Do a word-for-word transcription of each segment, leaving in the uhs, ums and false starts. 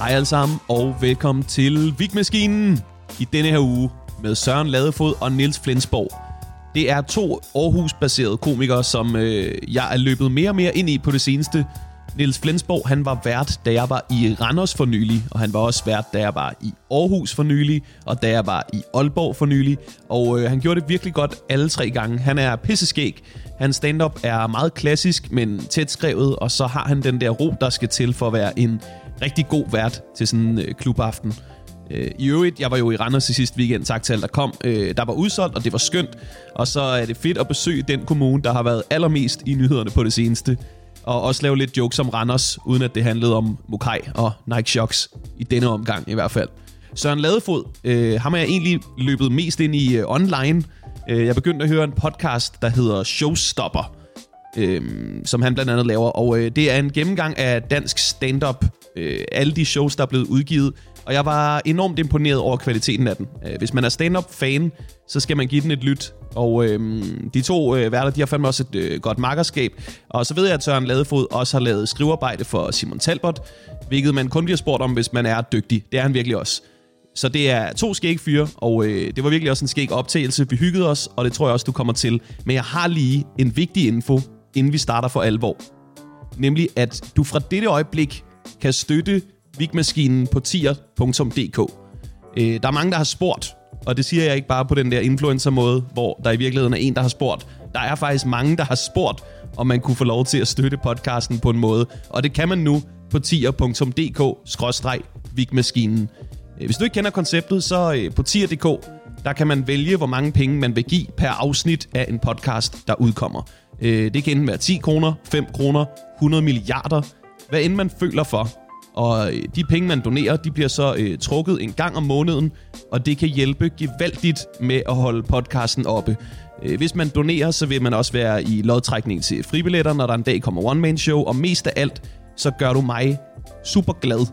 Hej alle sammen, og velkommen til Vigmaskinen i denne her uge med Søren Ladefod og Niels Flensborg. Det er to Aarhus-baserede komikere, som øh, jeg er løbet mere og mere ind i på det seneste. Niels Flensborg, han var vært, da jeg var i Randers for nylig, og han var også vært, da jeg var i Aarhus for nylig, og da jeg var i Aalborg for nylig. Og øh, han gjorde det virkelig godt alle tre gange. Han er pisseskæg. Hans stand-up er meget klassisk, men tæt skrevet, og så har han den der ro, der skal til for at være en rigtig god vært til sådan en øh, klubaften. Øh, I øvrigt, jeg var jo i Randers i sidste weekend, tak til alle, der kom. Øh, der var udsolgt, og det var skønt. Og så er det fedt at besøge den kommune, der har været allermest i nyhederne på det seneste. Og også lave lidt jokes om Randers, uden at det handlede om Mokai og Nike Shox. I denne omgang i hvert fald. Søren Ladefod, øh, ham er jeg egentlig løbet mest ind i øh, online. Øh, jeg begyndte at høre en podcast, der hedder Showstopper, øh, som han blandt andet laver. Og øh, det er en gennemgang af dansk stand-up. Øh, alle de shows, der er blevet udgivet. Og jeg var enormt imponeret over kvaliteten af den. Øh, hvis man er stand-up-fan, så skal man give den et lyt. Og øh, de to øh, værter, de har fandme også et øh, godt makkerskab. Og så ved jeg, at Søren Ladefod også har lavet skrivearbejde for Simon Talbot, hvilket man kun bliver spurgt om, hvis man er dygtig. Det er han virkelig også. Så det er to skæg fyre, og øh, det var virkelig også en skæg optagelse. Vi hyggede os, og det tror jeg også, du kommer til. Men jeg har lige en vigtig info, inden vi starter for alvor. Nemlig, at du fra dette øjeblik kan støtte Vigmaskinen på tier punktum d k. Øh, der er mange, der har spurgt, og det siger jeg ikke bare på den der influencer-måde, hvor der i virkeligheden er en, der har spurgt. Der er faktisk mange, der har spurgt, om man kunne få lov til at støtte podcasten på en måde. Og det kan man nu på tier punktum d k skråstreg vigmaskinen. Hvis du ikke kender konceptet, så på tier punktum d k, der kan man vælge, hvor mange penge man vil give per afsnit af en podcast, der udkommer. Det kan enten være ti kroner, fem kroner, hundrede milliarder, hvad end man føler for. Og de penge, man donerer, de bliver så øh, trukket en gang om måneden, og det kan hjælpe gevaldigt med at holde podcasten oppe. Øh, hvis man donerer, så vil man også være i lodtrækning til fribilletter, når der en dag kommer one-man-show, og mest af alt, så gør du mig super glad.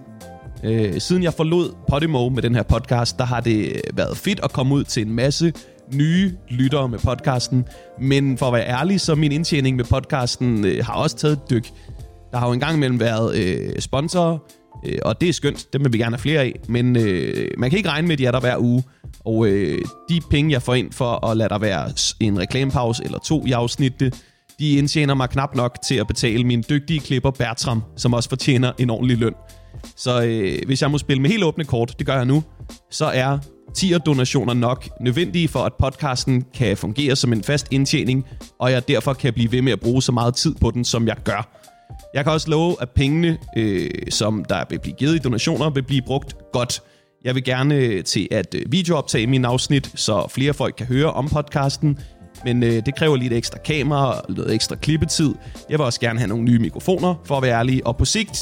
Øh, siden jeg forlod Podimo med den her podcast, der har det været fedt at komme ud til en masse nye lyttere med podcasten, men for at være ærlig, så min indtjening med podcasten øh, har også taget et dyk. Der har jo engang imellem været øh, sponsorer, øh, og det er skønt, dem vil vi gerne have flere af, men øh, man kan ikke regne med, at de er der hver uge. Og øh, de penge, jeg får ind for at lade der være en reklamepause eller to i afsnittet, de indtjener mig knap nok til at betale min dygtige klipper Bertram, som også fortjener en ordentlig løn. Så øh, hvis jeg må spille med helt åbne kort, det gør jeg nu, så er tier-donationer nok nødvendige for, at podcasten kan fungere som en fast indtjening, og jeg derfor kan blive ved med at bruge så meget tid på den, som jeg gør. Jeg kan også love, at pengene, øh, som der vil blive givet i donationer, vil blive brugt godt. Jeg vil gerne til at videooptage mine afsnit, så flere folk kan høre om podcasten. Men øh, det kræver lidt ekstra kamera og lidt ekstra klippetid. Jeg vil også gerne have nogle nye mikrofoner, for at være ærlig. Og på sigt,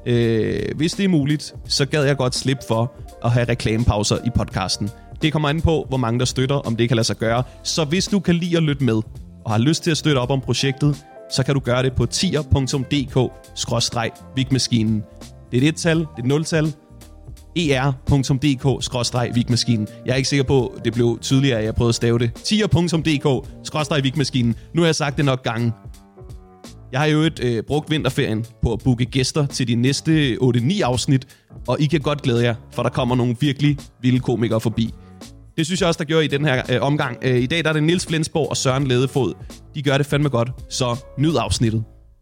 øh, hvis det er muligt, så gad jeg godt slippe for at have reklamepauser i podcasten. Det kommer an på, hvor mange der støtter, om det kan lade sig gøre. Så hvis du kan lide at lytte med, og har lyst til at støtte op om projektet, så kan du gøre det på tier punktum d k skråstreg vigmaskinen. Det er et tal, det er et nul-tal. er punktum d k skråstreg vigmaskinen. Jeg er ikke sikker på, at det blev tydeligere, at jeg prøvede at stave det. tier punktum d k skråstreg vigmaskinen. Nu har jeg sagt det nok gange. Jeg har jo et øh, brugt vinterferien på at booke gæster til de næste otte ni afsnit, og I kan godt glæde jer, for der kommer nogle virkelig vilde komikere forbi. Det synes jeg også, der gør i den her øh, omgang. Øh, I dag der er det Niels Flensborg og Søren Ladefod. De gør det fandme godt, så nyd afsnittet.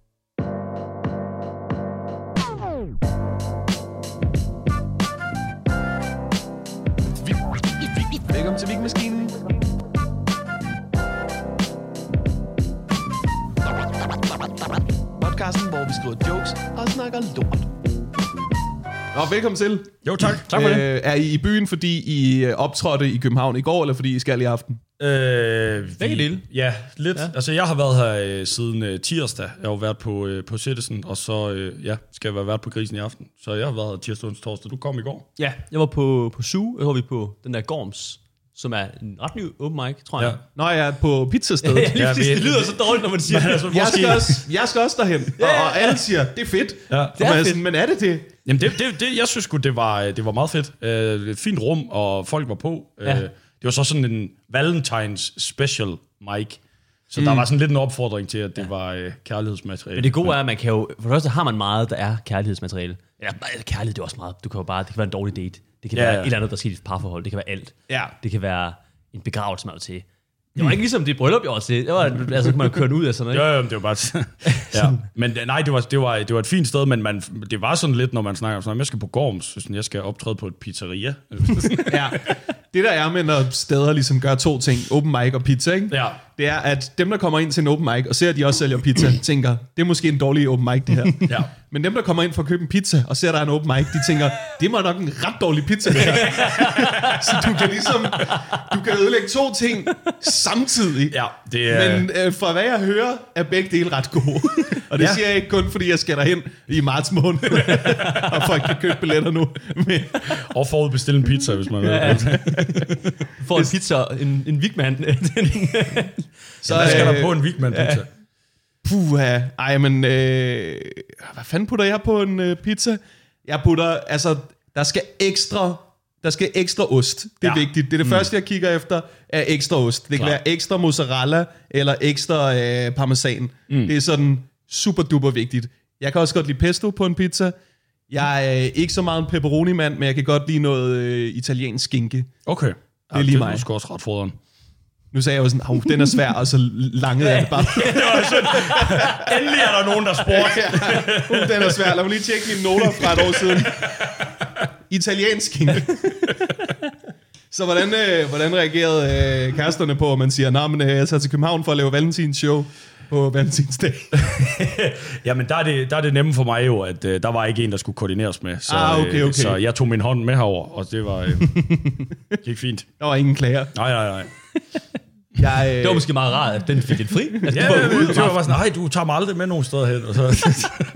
Velkommen til Vigmaskinen. Podcasten, hvor vi skriver jokes og snakker lort. Nå, velkommen til. Jo, tak. Tak for det. Øh, er I i byen, fordi I optrådte i København i går, eller fordi I skal i aften? Øh, Begge dele. Ja, lidt. Ja. Altså, jeg har været her øh, siden øh, tirsdag. Jeg har jo været på, øh, på Citizen, og så øh, ja, skal jeg være vært på Grisen i aften. Så jeg har været her tirsdag og torsdag. Du kom i går. Ja, jeg var på, på Zoo. Jeg var vi på den der Gorms, som er en ret ny open mic, tror jeg. Ja. Nå, jeg er på pizzastedet. Ja, det, det lyder så dårligt, når man siger det. Altså, jeg, skal også, jeg skal også derhen, ja, og, og alle siger, det er fedt. Ja. Det er fedt. Sådan, men er det det? Jamen, det, det, det, jeg synes sgu, det var, det var meget fedt. Uh, et fint rum, og folk var på. Uh, ja. Det var så sådan en Valentines special mic. Så mm. der var sådan lidt en opfordring til, at det ja. var øh, kærlighedsmateriale. Men det gode er, at man kan jo... For det første har man meget, der er kærlighedsmateriale. Ja, kærlighed, det er også meget. Du kan jo bare... Det kan være en dårlig date. Det kan ja, være ja. et eller andet, der sker i et parforhold. Det kan være alt. Ja. Det kan være en begravelse, man var til. Det var ikke ligesom det bryllup, jeg var til. Det var, altså, man kørte ud af sådan noget. Jo, jo, det var bare... ja. Men nej, det var, det, var, det var et fint sted, men man, det var sådan lidt, når man snakker om sådan, jeg skal på Gorms, så jeg skal optræde på et pizzeria. Ja. Det der er med, når steder ligesom gør to ting, open mic og pizza, ikke? Ja. Det er, at dem, der kommer ind til en open mic, og ser, at de også sælger pizza, tænker, det er måske en dårlig open mic, det her. Ja. Men dem, der kommer ind for at købe en pizza, og ser, der er en open mic, de tænker, det må nok en ret dårlig pizza, det her. Så du kan ligesom, du kan ødelægge to ting samtidig. Ja, det er... Men øh, fra hvad jeg hører, er begge dele ret gode. Og det ja. siger jeg ikke kun, fordi jeg skal derhen i marts måned, og folk kan købe billetter nu. Men... Og forudbestille en pizza, hvis man vil. Ja. For en pizza, en, en Vigman. Så ja, hvad skal øh, der på en Vigman-pizza? Ja. Puha, ej, men øh, hvad fanden putter jeg på en øh, pizza? Jeg putter, altså, der skal ekstra, der skal ekstra ost. Det er ja. vigtigt. Det er det mm. første, jeg kigger efter, er ekstra ost. Det Klar. kan være ekstra mozzarella, eller ekstra øh, parmesan. Mm. Det er sådan super duper vigtigt. Jeg kan også godt lide pesto på en pizza. Jeg er ikke så meget en pepperoni-mand, men jeg kan godt lide noget øh, italiensk skinke. Okay. Det er lige mig. Det er sgu også ret foderen. Nu sagde jeg jo sådan, oh, den er svær, og så langede jeg det bare. Det var sådan, endelig er der nogen, der spurgte. Ja, uh, den er svær. Lad mig lige tjekke mine noter fra et år siden. Italiensk skinke. Så hvordan, øh, hvordan reagerede øh, kæresterne på, at man siger, nej, men øh, jeg tager til København for at lave Valentins show på Valentinsdag? Jamen, der er, det, der er det nemme for mig jo, at øh, der var ikke en, der skulle koordineres med. Så, ah, okay, okay. Øh, så jeg tog min hånd med herover, og det var øh, gik fint. Der var ingen klager. Nej, nej, nej. Jeg, øh... Det var måske meget rart, at den fik et fri. Altså, ja, det var, det var bare sådan, nej, du tager mig aldrig med nogen steder hen. Og så.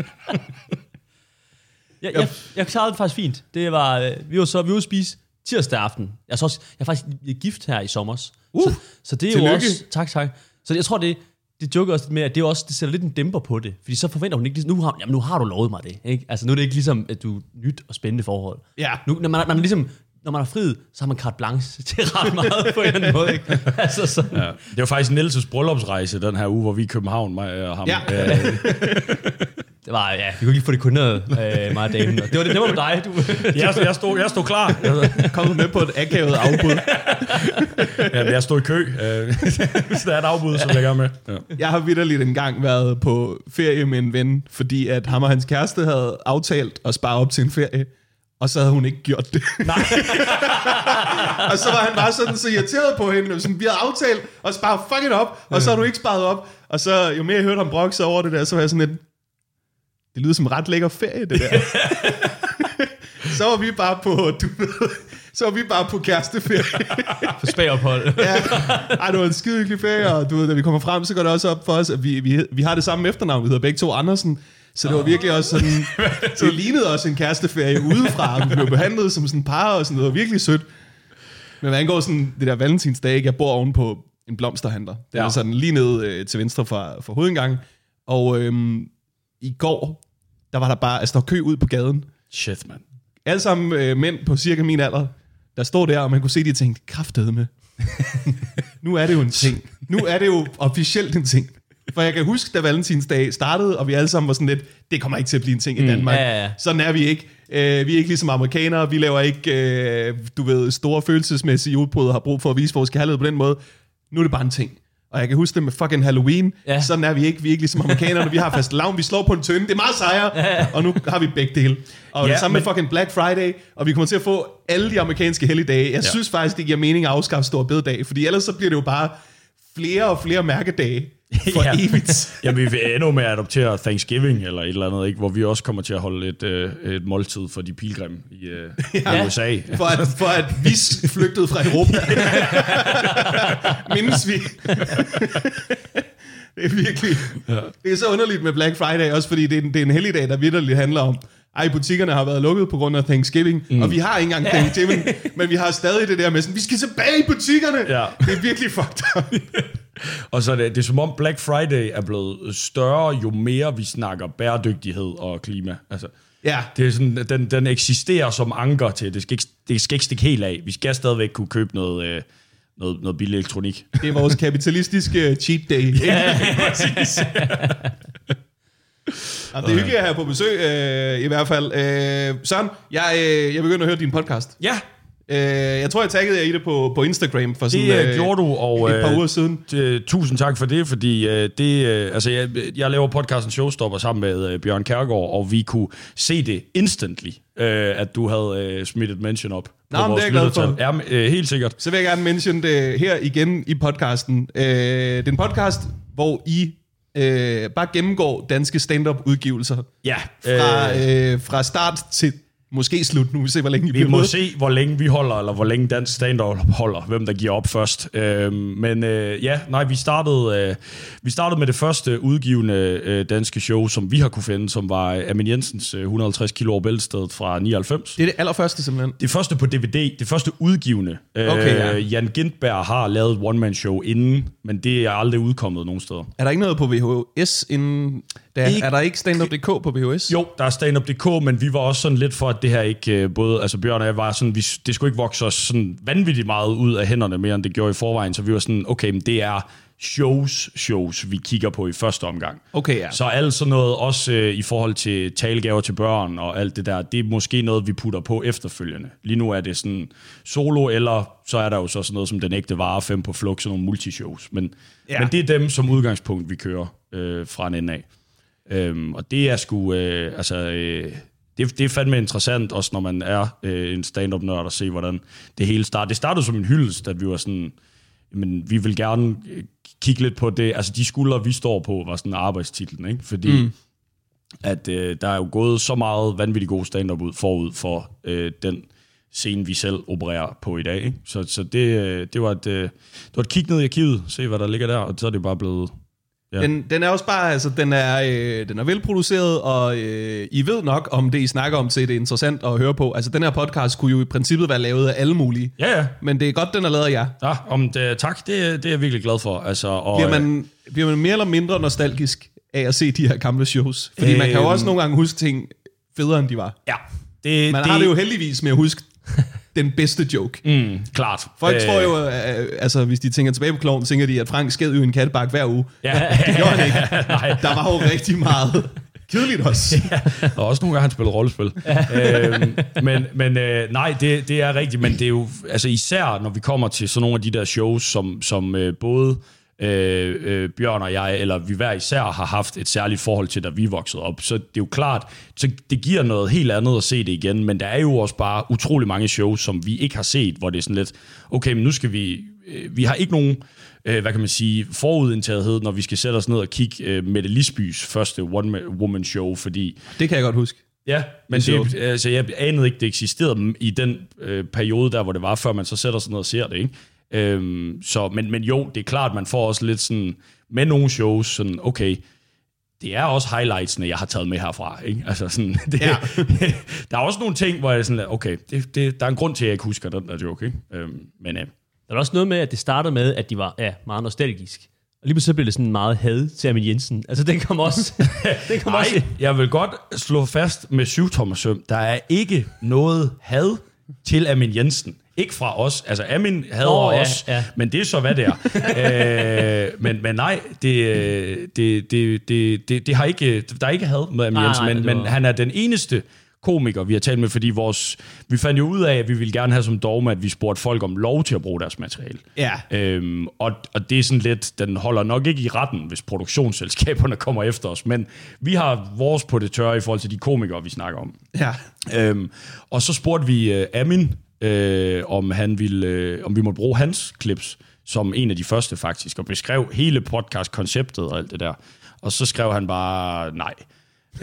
jeg, jeg, jeg klarede det faktisk fint. Det var, vi var så vi var ude spise tirsdag aften. Jeg er, også, jeg er faktisk gift her i sommers. Uh, så, så det er tillykke. jo også... Tak, tak. Så jeg tror, det, det joker også med, at det, også, det sætter lidt en dæmper på det. Fordi så forventer hun ikke... Nu har, jamen, nu har du lovet mig det. Ikke? Altså, nu er det ikke ligesom, at du er nyt og spændende forhold. Ja. Nu, når man, man er ligesom... Når man er friet, så har man carte blanche til ret meget på en eller anden måde. Ikke? Altså sådan. Ja. Det var faktisk Niels' bryllupsrejse den her uge, hvor vi i København, mig og ham. Ja. Øh, det var, ja, vi kunne ikke få det koordineret, øh, mig og damen. Det var det, det var med dig. Du. jeg, jeg, stod, jeg stod klar. Jeg kom med på et akavet afbud. Ja, jeg stod i kø. Hvis der er et afbud, så vil jeg gerne med. Ja. Jeg har vitterligt engang været på ferie med en ven, fordi at ham og hans kæreste havde aftalt at spare op til en ferie. Og så havde hun ikke gjort det. Nej. Og så var han bare sådan så irriteret på hende. Sådan, vi havde aftalt at spare fucking op, og så har du ikke sparet op. Og så jo mere jeg hørte ham brokke sig over det der, så var jeg sådan lidt, det lyder som ret lækker ferie, det der. Så var vi bare på, du ved, så var vi bare på kæresteferie. På spagophold. Ja. Ej, det var en skide hyggelig ferie, og du ved, da vi kommer frem, så går det også op for os, at vi, vi, vi har det samme efternavn. Vi hedder begge to Andersen. Så det var virkelig også sådan, det lignede også en kæresteferie udefra. Vi blev behandlet som sådan et par, og sådan noget. Det var virkelig sødt. Men hvad angår sådan det der Valentinsdag, jeg bor oven på en blomsterhandler. Det er ja. sådan lige nede øh, til venstre fra, fra hovedindgangen. Og øhm, i går, der var der bare, altså der var kø ud på gaden. Shit, man. Alle sammen øh, mænd på cirka min alder, der stod der, og man kunne se, de tænkte, kraftedeme. Nu er det jo en ting. Nu er det jo officielt en ting. For jeg kan huske, da Valentinsdag startede, og vi alle sammen var sådan lidt, det kommer ikke til at blive en ting i Danmark. Mm, ja, ja. Sådan er vi ikke. Uh, vi er ikke ligesom amerikanere. Vi laver ikke, uh, du ved, store følelsesmæssige udbrud og har brug for at vise vores kærlighed på den måde. Nu er det bare en ting. Og jeg kan huske det med fucking Halloween. Ja. Sådan er vi ikke. Vi er ikke ligesom amerikanerne. Vi har fast lavn. Vi slår på en tønde. Det er meget sejre. Ja. Og nu har vi begge dele. Og ja, det samme men... med fucking Black Friday. Og vi kommer til at få alle de amerikanske helligdage. Jeg ja. synes faktisk, det giver mening at afskaffe Store Bededag. Fordi ellers så bliver det jo bare flere og flere mærkedage. For ja. evigt. Ja, vi vil endnu med at adoptere Thanksgiving eller et eller andet, ikke? Hvor vi også kommer til at holde et, øh, et måltid for de pilgrimme i, øh, ja. i U S A. For at, for at vi flygtede fra Europa. Mindes vi. Det er virkelig... Ja. Det er så underligt med Black Friday, også fordi det er en, det er en helligdag, der vitterligt handler om, ej, butikkerne har været lukket på grund af Thanksgiving, mm. og vi har ikke engang Thanksgiving, men vi har stadig det der med sådan, vi skal tilbage i butikkerne. Ja. Det er virkelig fucked up. Og så er det, det er som om Black Friday er blevet større, jo mere vi snakker bæredygtighed og klima. Altså, ja. Det er sådan, den, den eksisterer som anker til, det skal, ikke, det skal ikke stikke helt af. Vi skal stadigvæk kunne købe noget, øh, noget, noget billig elektronik. Det er vores kapitalistiske cheat day. Ja, præcis. Ja, det er hyggeligt at have på besøg, øh, i hvert fald. Øh, Søren, jeg, øh, jeg begynder at høre din podcast. Ja. Øh, jeg tror, jeg taggede jer i det på, på Instagram for sådan Det øh, gjorde du, og et par uger siden. Øh, tusind tak for det, fordi øh, det, øh, altså, jeg, jeg laver podcasten Showstopper sammen med øh, Bjørn Kjærgaard, og vi kunne se det instantly, øh, at du havde øh, smidt et mention op. Nå, men det er jeg glad for. Ja, øh, helt sikkert. Så vil jeg gerne mention det her igen i podcasten. Øh, det er en podcast, hvor I øh, bare gennemgår danske stand-up-udgivelser. Ja. Fra, Øh, øh, fra start til måske slut. Nu vil vi se, hvor længe I Vi bliver må med. se, hvor længe vi holder, eller hvor længe dansk stand-up holder, hvem der giver op først. Øh, men øh, ja, nej, vi startede, øh, vi startede med det første udgivende øh, danske show, som vi har kunne finde, som var Amin Jensens øh, et hundrede og halvtreds kilo over bæltestedet fra nioghalvfems. Det er det allerførste simpelthen. Det første på D V D, det første udgivende. Okay, ja. øh, Jan Gintberg har lavet et one-man-show inden, men det er aldrig udkommet nogen steder. Er der ikke noget på V H S inden da? Ikke- Er der ikke stand-up punktum d k på V H S? Jo, der er stand up punktum d k, men vi var også sådan lidt for, at det her ikke øh, både, altså Bjørn og jeg var sådan, vi, det skulle ikke vokse os sådan vanvittigt meget ud af hænderne mere, end det gjorde i forvejen, så vi var sådan, okay, men det er shows, shows, vi kigger på i første omgang. Okay, ja. Så alt sådan noget, også øh, i forhold til talegaver til børn og alt det der, det er måske noget, vi putter på efterfølgende. Lige nu er det sådan solo, eller så er der jo så sådan noget som Den Ægte Vare, Fem på Flugt, sådan nogle multishows. Men, Ja. ja. men det er dem som udgangspunkt, vi kører øh, fra en ende af. Øhm, og det er sgu, øh, altså, øh, det, det er fandme interessant, også når man er øh, en stand-up-nørd, at se, hvordan det hele starter. Det startede som en hyldest, at vi var sådan, men vi vil gerne øh, kigge lidt på det. Altså, de skuldre, vi står på, var sådan arbejdstitlen, ikke? Fordi mm. at øh, der er jo gået så meget vanvittigt god stand-up ud forud for øh, den scene, vi selv opererer på i dag, ikke? Så, så det, øh, det, var et, øh, det var et kig ned i arkivet, se hvad der ligger der, og så er det bare blevet... Ja. Den, den er også bare, altså, den er, øh, den er velproduceret, og øh, I ved nok om det, I snakker om, så det er interessant at høre på. Altså, den her podcast kunne jo i princippet være lavet af alle mulige. Ja, ja. Men det er godt, den er lavet af jer. Ja, om det, tak, det, det er jeg virkelig glad for. Altså, og, Bliver man, bliver man mere eller mindre nostalgisk af at se de her gamle shows? Fordi øh, man kan jo også nogle gange huske ting federe, end de var. Ja. Det, Man det, har det jo heldigvis med at huske den bedste joke. Mm, klart. Folk Øh, tror jo, øh, altså hvis de tænker tilbage på Klovn, tænker de, at Frank sked jo en kattebakke hver uge. Ja. Det gjorde han ikke. Nej. Der var jo rigtig meget kedeligt også. Og også nogle gange han spiller rollespil. øhm, men men øh, nej, det, det er rigtigt, men det er jo altså især når vi kommer til sådan nogle af de der shows, som, som øh, både øh, øh, Bjørn og jeg, eller vi hver især har haft et særligt forhold til, da vi voksede op. Så det er jo klart, så det giver noget helt andet at se det igen, men der er jo også bare utrolig mange shows, som vi ikke har set, hvor det er sådan lidt, okay, men nu skal vi, øh, vi har ikke nogen, øh, hvad kan man sige, forudindtagethed, når vi skal sætte os ned og kigge øh, Mette Lisbys første one-woman show, fordi Det kan jeg godt huske. ja, men Det er det, altså, jeg anede ikke, det eksisterede i den øh, periode der, hvor det var, før man så sætter sig ned og ser det, ikke? Øhm, så, men, men jo, det er klart, man får også lidt sådan, med nogle shows, sådan, okay, det er også highlightsene, jeg har taget med herfra, ikke? Altså sådan, det, Ja. der er også nogle ting, hvor jeg er sådan, okay, det, det, der er en grund til, at jeg ikke husker den der joke, ikke? Øhm, men øh, Der er også noget med, at det startede med, at de var ja, meget nostalgisk. Og lige pludselig blev det sådan meget had til Amin Jensen. Altså, den kom også... den kom også nej, jeg vil godt slå fast med syvtommersøm, der er ikke noget had til Amin Jensen. Ikke fra os. Altså, Amin hader Nå, ja, os, ja. men det er så, hvad det er. øh, men, men nej, det, det, det, det, det, det har ikke, der er ikke had med Amin Nej, Jensen, nej, men, det var- men han er den eneste komiker, vi har talt med, fordi vores, vi fandt jo ud af, at vi ville gerne have som dogme, at vi spurgte folk om lov til at bruge deres materiale. Ja. Øhm, og, og det er sådan lidt, den holder nok ikke i retten, hvis produktionsselskaberne kommer efter os, men vi har vores på det tørre i forhold til de komikere, vi snakker om. Ja. Øhm, og så spurgte vi uh, Amin, øh, om, han ville, øh, om vi måtte bruge hans clips, som en af de første faktisk, og beskrev hele podcast-konceptet og alt det der. Og så skrev han bare nej. Øh,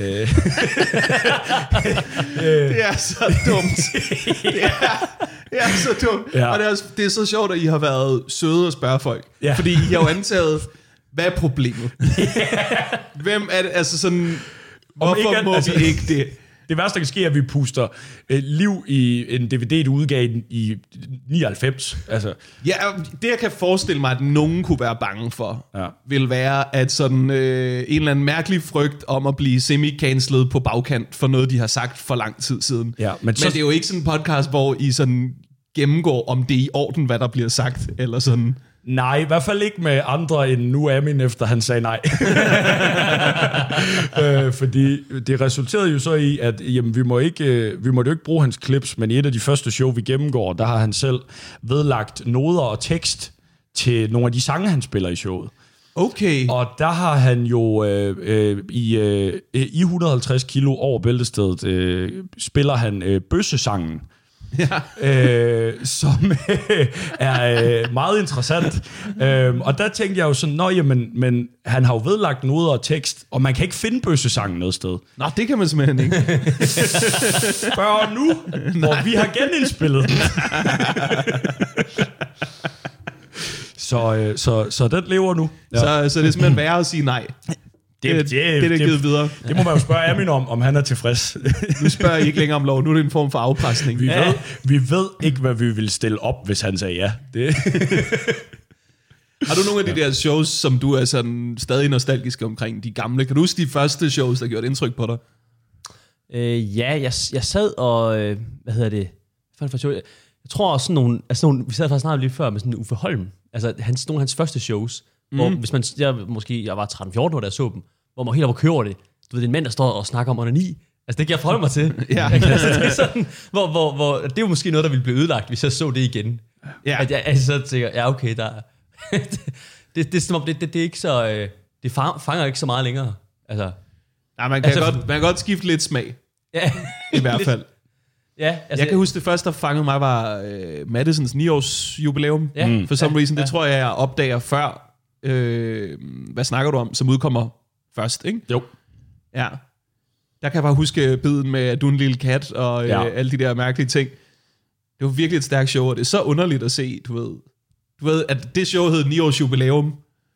Det er så dumt. Det er, det er så dumt. Ja. Og det er, også, det er så sjovt, at I har været søde at spørge folk. Ja. Fordi I har jo antaget, hvad er problemet? Hvem er det? Altså sådan, hvorfor ikke, må altså- vi ikke det? Det værste, der kan ske, er, at vi puster øh, liv i en D V D, du udgav i, i nioghalvfems. Altså, Ja, det jeg kan forestille mig, at nogen kunne være bange for, Ja. vil være, at sådan øh, en eller anden mærkelig frygt om at blive semi-cancelet på bagkant for noget, de har sagt for lang tid siden. Ja, men men så- det er jo ikke sådan en podcast, hvor I sådan gennemgår, om det er i orden, hvad der bliver sagt, eller sådan. Nej, i hvert fald ikke med andre end nu Amin, efter han sagde nej. øh, fordi det resulterede jo så i, at jamen, vi, må ikke, øh, vi måtte jo ikke bruge hans clips, men i et af de første show, vi gennemgår, der har han selv vedlagt noder og tekst til nogle af de sange, han spiller i showet. Okay. Og der har han jo øh, øh, i, øh, i et hundrede og halvtreds kilo over bæltestedet, øh, spiller han øh, bøssesangen. Ja. øh, som øh, er øh, meget interessant. øh, og der tænkte jeg jo sådan, nå jamen, men han har jo vedlagt noder og tekst, og man kan ikke finde bøssesangen noget sted. Nå, det kan man simpelthen ikke. Spørg nu, hvor vi har genindspillet den. så, øh, så, så den lever nu. Ja. Så, så det er simpelthen værre at sige nej. Det, det, det, det er det, givet videre. Det må man jo spørge Amin om, om han er tilfreds. Nu spørger jeg ikke længere om lov. Nu er det en form for afpresning. Vi, ja. ved, vi ved ikke, hvad vi ville stille op, hvis han sagde ja. Det. Har du nogle af de der shows, som du er sådan stadig nostalgisk omkring, de gamle? Kan du huske de første shows, der gjorde et indtryk på dig? Øh, ja, jeg, jeg sad og... Øh, hvad hedder det? For show? Jeg tror også sådan nogle... Altså nogle, vi sad faktisk snart lige før med sådan Uffe Holm. Altså hans, nogle af hans første shows. Mm. Hvor, hvis man, jeg, måske jeg var tretten fjorten år, da jeg så dem, hvor man helt op og kører det. Du ved, det er en mand, der står og snakker om onani. Altså, det kan jeg forholde mig til. Ja. Altså, det er sådan, hvor, hvor, hvor, det er jo måske noget, der ville blive ødelagt, hvis jeg så det igen. Ja. At jeg altså, så tænker, ja, okay, der det, det, det er som om, det, det, det er ikke så... Øh, det fanger ikke så meget længere. Altså, nej, man kan, altså, godt, man kan godt skifte lidt smag. Ja. I hvert fald. Ja, altså, jeg kan huske, det første, der fangede mig, var øh, Madisons ni års jubilæum. Ja. Mm. For some ja, reason. Det ja. tror jeg, jeg opdager før. Øh, hvad snakker du om, som udkommer først, ikke? Jo. Ja. Der kan jeg bare huske biden med, at du er en lille kat, og øh, ja. alle de der mærkelige ting. Det var virkelig et stærkt show, og det er så underligt at se, du ved. Du ved, at det show hed ni års jubilæum,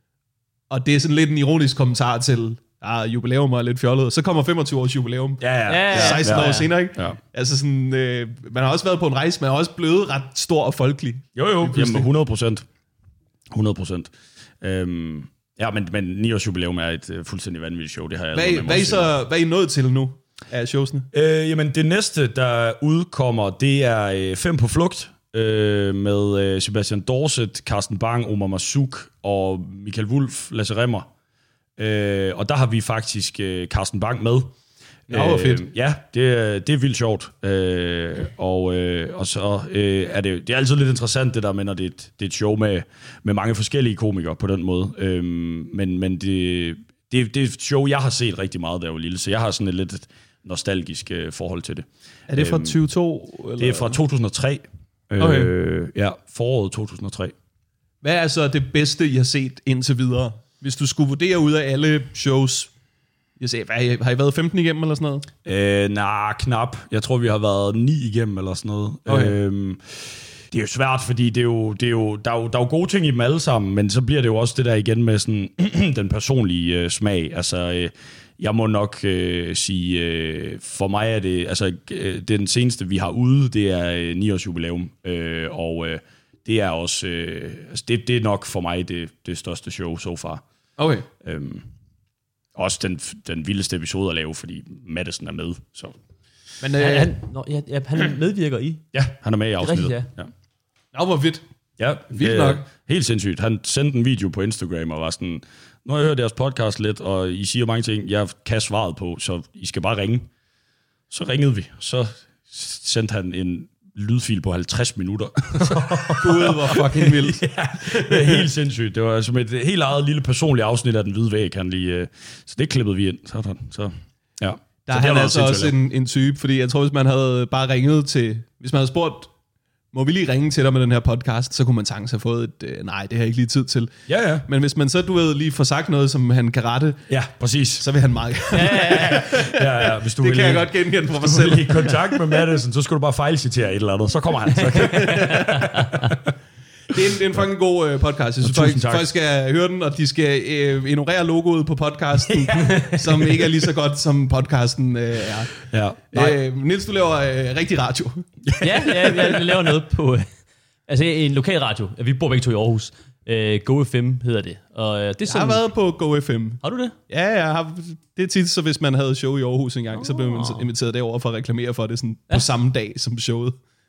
og det er sådan lidt en ironisk kommentar til, ah, jubilæum er lidt fjollet, og så kommer femogtyve års jubilæum. Ja, ja. ja seksten ja, ja. år senere, ikke? Ja. Altså sådan, øh, man har også været på en rejse, man har også blevet ret stor og folkelig. Jo, jo, jamen hundrede procent. hundrede procent. Øhm, ja, men, men ni års jubilæum er et uh, fuldstændig vanvittigt show. Det har jeg hvad, hvad, I så, hvad er I nået til nu af showsene? Øh, jamen, det næste, der udkommer, det er øh, Fem på flugt øh, med øh, Sebastian Dorset, Carsten Bang, Omar Masuk og Michael Wulff, Lasse Remmer. Øh, og der har vi faktisk øh, Carsten Bang med. Ja, hvor fedt. Øh, ja, det, det er vildt sjovt. Øh, og, øh, og så øh, er det, det er altid lidt interessant, det der med, når det er et, det er et show med, med mange forskellige komikere på den måde. Øh, men men det, det, det er et show, jeg har set rigtig meget, da jeg var lille, så jeg har sådan et lidt nostalgisk øh, forhold til det. Er det fra øh, tyve to? Eller? Det er fra to tusind og tre. Okay. Øh, ja, foråret to tusind og tre. Hvad er så det bedste, I har set indtil videre? Hvis du skulle vurdere ud af alle shows, jeg siger, hvad, har I været femten igennem eller sådan noget? Øh, nej, knap. Jeg tror, vi har været ni igennem eller sådan noget. Okay. Øhm, det er jo svært, fordi det er jo, det er jo, der, er jo, der er jo gode ting i dem alle sammen, men så bliver det jo også det der igen med sådan, den personlige øh, smag. Altså, øh, jeg må nok øh, sige, øh, for mig er det, altså øh, den seneste, vi har ude, det er øh, ni års jubilæum, øh, og øh, det er også, øh, altså det, det er nok for mig det, det største show so far. Okay. Øhm, også den, den vildeste episode at lave, fordi Madison er med. Så. Men øh, han, nå, ja, ja, han medvirker i? Ja, han er med i afsnittet. Rigtigt, ja. Ja. Nå, hvor fedt. Ja, vildt nok. Helt sindssygt. Han sendte en video på Instagram og var sådan, nu har jeg hørt deres podcast lidt, og I siger mange ting, jeg kan svaret på, så I skal bare ringe. Så ringede vi. Så sendte han en lydfil på halvtreds minutter. Gud, hvor fucking vildt. Ja, det er helt sindssygt. Det var som et helt eget lille personligt afsnit af Den Hvide Væg, han lige, så det klippede vi ind. Så, så ja. Der så er han altså også en, en type, fordi jeg tror, hvis man havde bare ringet til, hvis man havde spurgt, må vi lige ringe til dig med den her podcast, så kunne man sagtens have fået et, øh, nej, det har jeg ikke lige tid til. Ja, ja. Men hvis man så, du ved, lige får sagt noget, som han kan rette, ja, præcis, så vil han meget. ja, ja, ja. ja, ja. Hvis du det vil kan lige, jeg godt genkende på mig selv. Hvis du vil i kontakt med Madison, så skal du bare fejlcitere et eller andet, så kommer han. Så kan... Det er en, det er en fucking god uh, podcast. Jeg synes, folk, folk skal høre den, og de skal uh, ignorere logoet på podcasten, ja. som ikke er lige så godt, som podcasten uh, er. Ja. Uh, Niels, du laver uh, rigtig radio. ja, ja, jeg laver noget på uh, altså en lokal radio. Vi bor begge to i Aarhus. Uh, Go F M hedder det. Og, uh, det er sådan, jeg har været på Go F M. Har du det? Ja, jeg har, det er tit, så hvis man havde show i Aarhus engang, oh. så blev man inviteret derover for at reklamere for det sådan, ja. på samme dag som showet.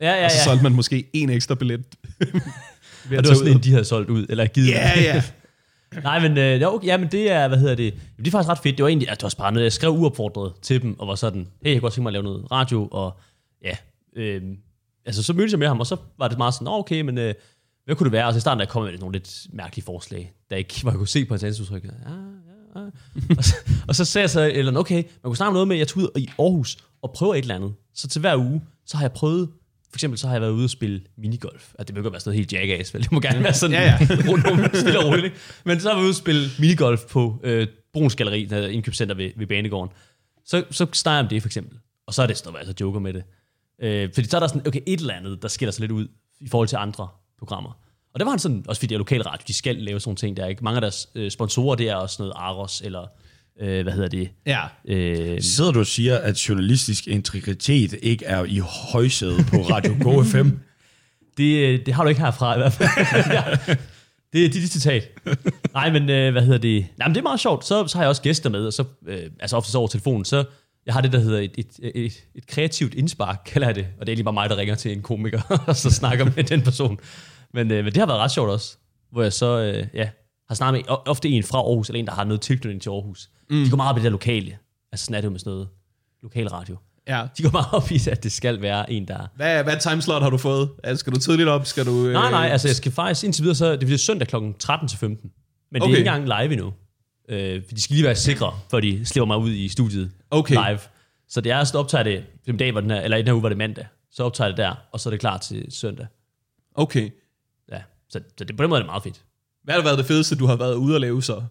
Ja, ja, ja. Og så solgte man måske en ekstra billet. Og det var sådan en, de havde solgt ud, eller givet. Ja, ja. Nej, men, øh, okay, ja, men det er, hvad hedder det, det er faktisk ret fedt. Det var egentlig, at det var bare noget, jeg skrev uopfordret til dem, og var sådan, hey, jeg kunne godt tænke mig at lave noget radio, og ja, øh, altså så mødtes jeg med ham, og så var det meget sådan, okay, men øh, hvad kunne det være? Og så i starten, der kom jeg med nogle lidt mærkelige forslag, der ikke var, jeg kunne se på hans ansigtsudtryk. Ja, ja, ja. og, så, og så sagde jeg så, eller okay, man kunne snakke om noget med, at jeg tog ud i Aarhus og prøver et eller andet. Så til hver uge, så har jeg prøvet, for eksempel så har jeg været ude og spille minigolf. Altså, det må ikke være sådan noget helt jackass, vel? Det må gerne være sådan, ja, ja. rundt, stille og roligt. Men så har vi ude og spille minigolf på øh, Bruns Galleri, der er indkøbscenter ved, ved Banegården. Så, så snakker jeg om det, for eksempel. Og så er det sådan, at jeg så joker med det. Øh, fordi så er der sådan, okay, et eller andet, der skiller sig lidt ud i forhold til andre programmer. Og det var han sådan, også fordi det er lokal radio, de skal lave sådan nogle ting der, ikke? Mange af deres øh, sponsorer, det er også noget Aros, eller øh, hvad hedder det? Ja. Øh, Sidder du og siger, at journalistisk integritet ikke er i højsædet på Radio Go F M? Det, det har du ikke herfra i hvert fald. det er dit citat. Nej, men øh, hvad hedder det? Nej, men det er meget sjovt. Så, så har jeg også gæster med, og så, øh, altså ofte over telefonen, så jeg har det, der hedder et, et, et, et kreativt indspark, kalder jeg det. Og det er egentlig bare mig, der ringer til en komiker, og så snakker med den person. Men, øh, men det har været ret sjovt også, hvor jeg så øh, ja, har snakket med ofte en fra Aarhus, eller en, der har noget tilknytning til Aarhus. Mm. De går meget op i det der lokale. Altså sådan er det jo med sådan noget lokal radio. Ja. De går meget op i, at det skal være en, der... Hvad, hvad timeslot har du fået? Altså, skal du tidligt op? Skal du, øh... Nej, nej, altså jeg skal faktisk indtil videre, så det bliver søndag klokken tretten til femten. Men okay. Det er ikke engang live endnu. Øh, for de skal lige være sikre, før de slipper mig ud i studiet okay. live. Så det er, så optager det, den dag var den her, eller i den her uge var det mandag, så optager det der, og så er det klar til søndag. Okay. Ja, så, så det, på den måde er det meget fedt. Hvad har det været det fedeste, du har været ude at lave så?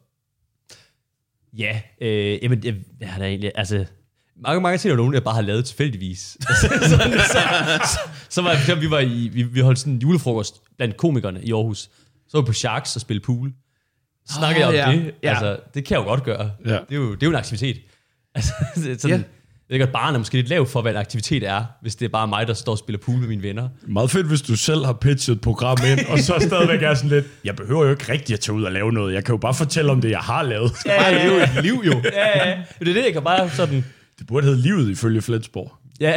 Ja, øh, jamen, jeg, jeg har da egentlig, altså... Mange, mange ting er nogen, jeg bare har lavet tilfældigvis. så, så, så, så, så var jeg, vi var i, vi, vi holdt sådan en julefrokost blandt komikerne i Aarhus. Så var vi på Sharks og spille pool. Så snakkede oh, jeg om ja. det. Altså, ja. Det kan jeg jo godt gøre. Ja. Det, er jo, det er jo en aktivitet. Altså, sådan, ja. Jeg ved godt, barn er måske lidt lav for, hvad en aktivitet er, hvis det er bare mig, der står og spiller pool med mine venner. Meget fedt, hvis du selv har pitchet et program ind, og så stadigvæk er sådan lidt, jeg behøver jo ikke rigtig at tage ud og lave noget. Jeg kan jo bare fortælle om det, jeg har lavet. Ja, ja, ja. Det er jo et liv jo. Ja, ja. Det er det, jeg kan bare sådan... Det burde hedde Livet ifølge Flensborg. Ja,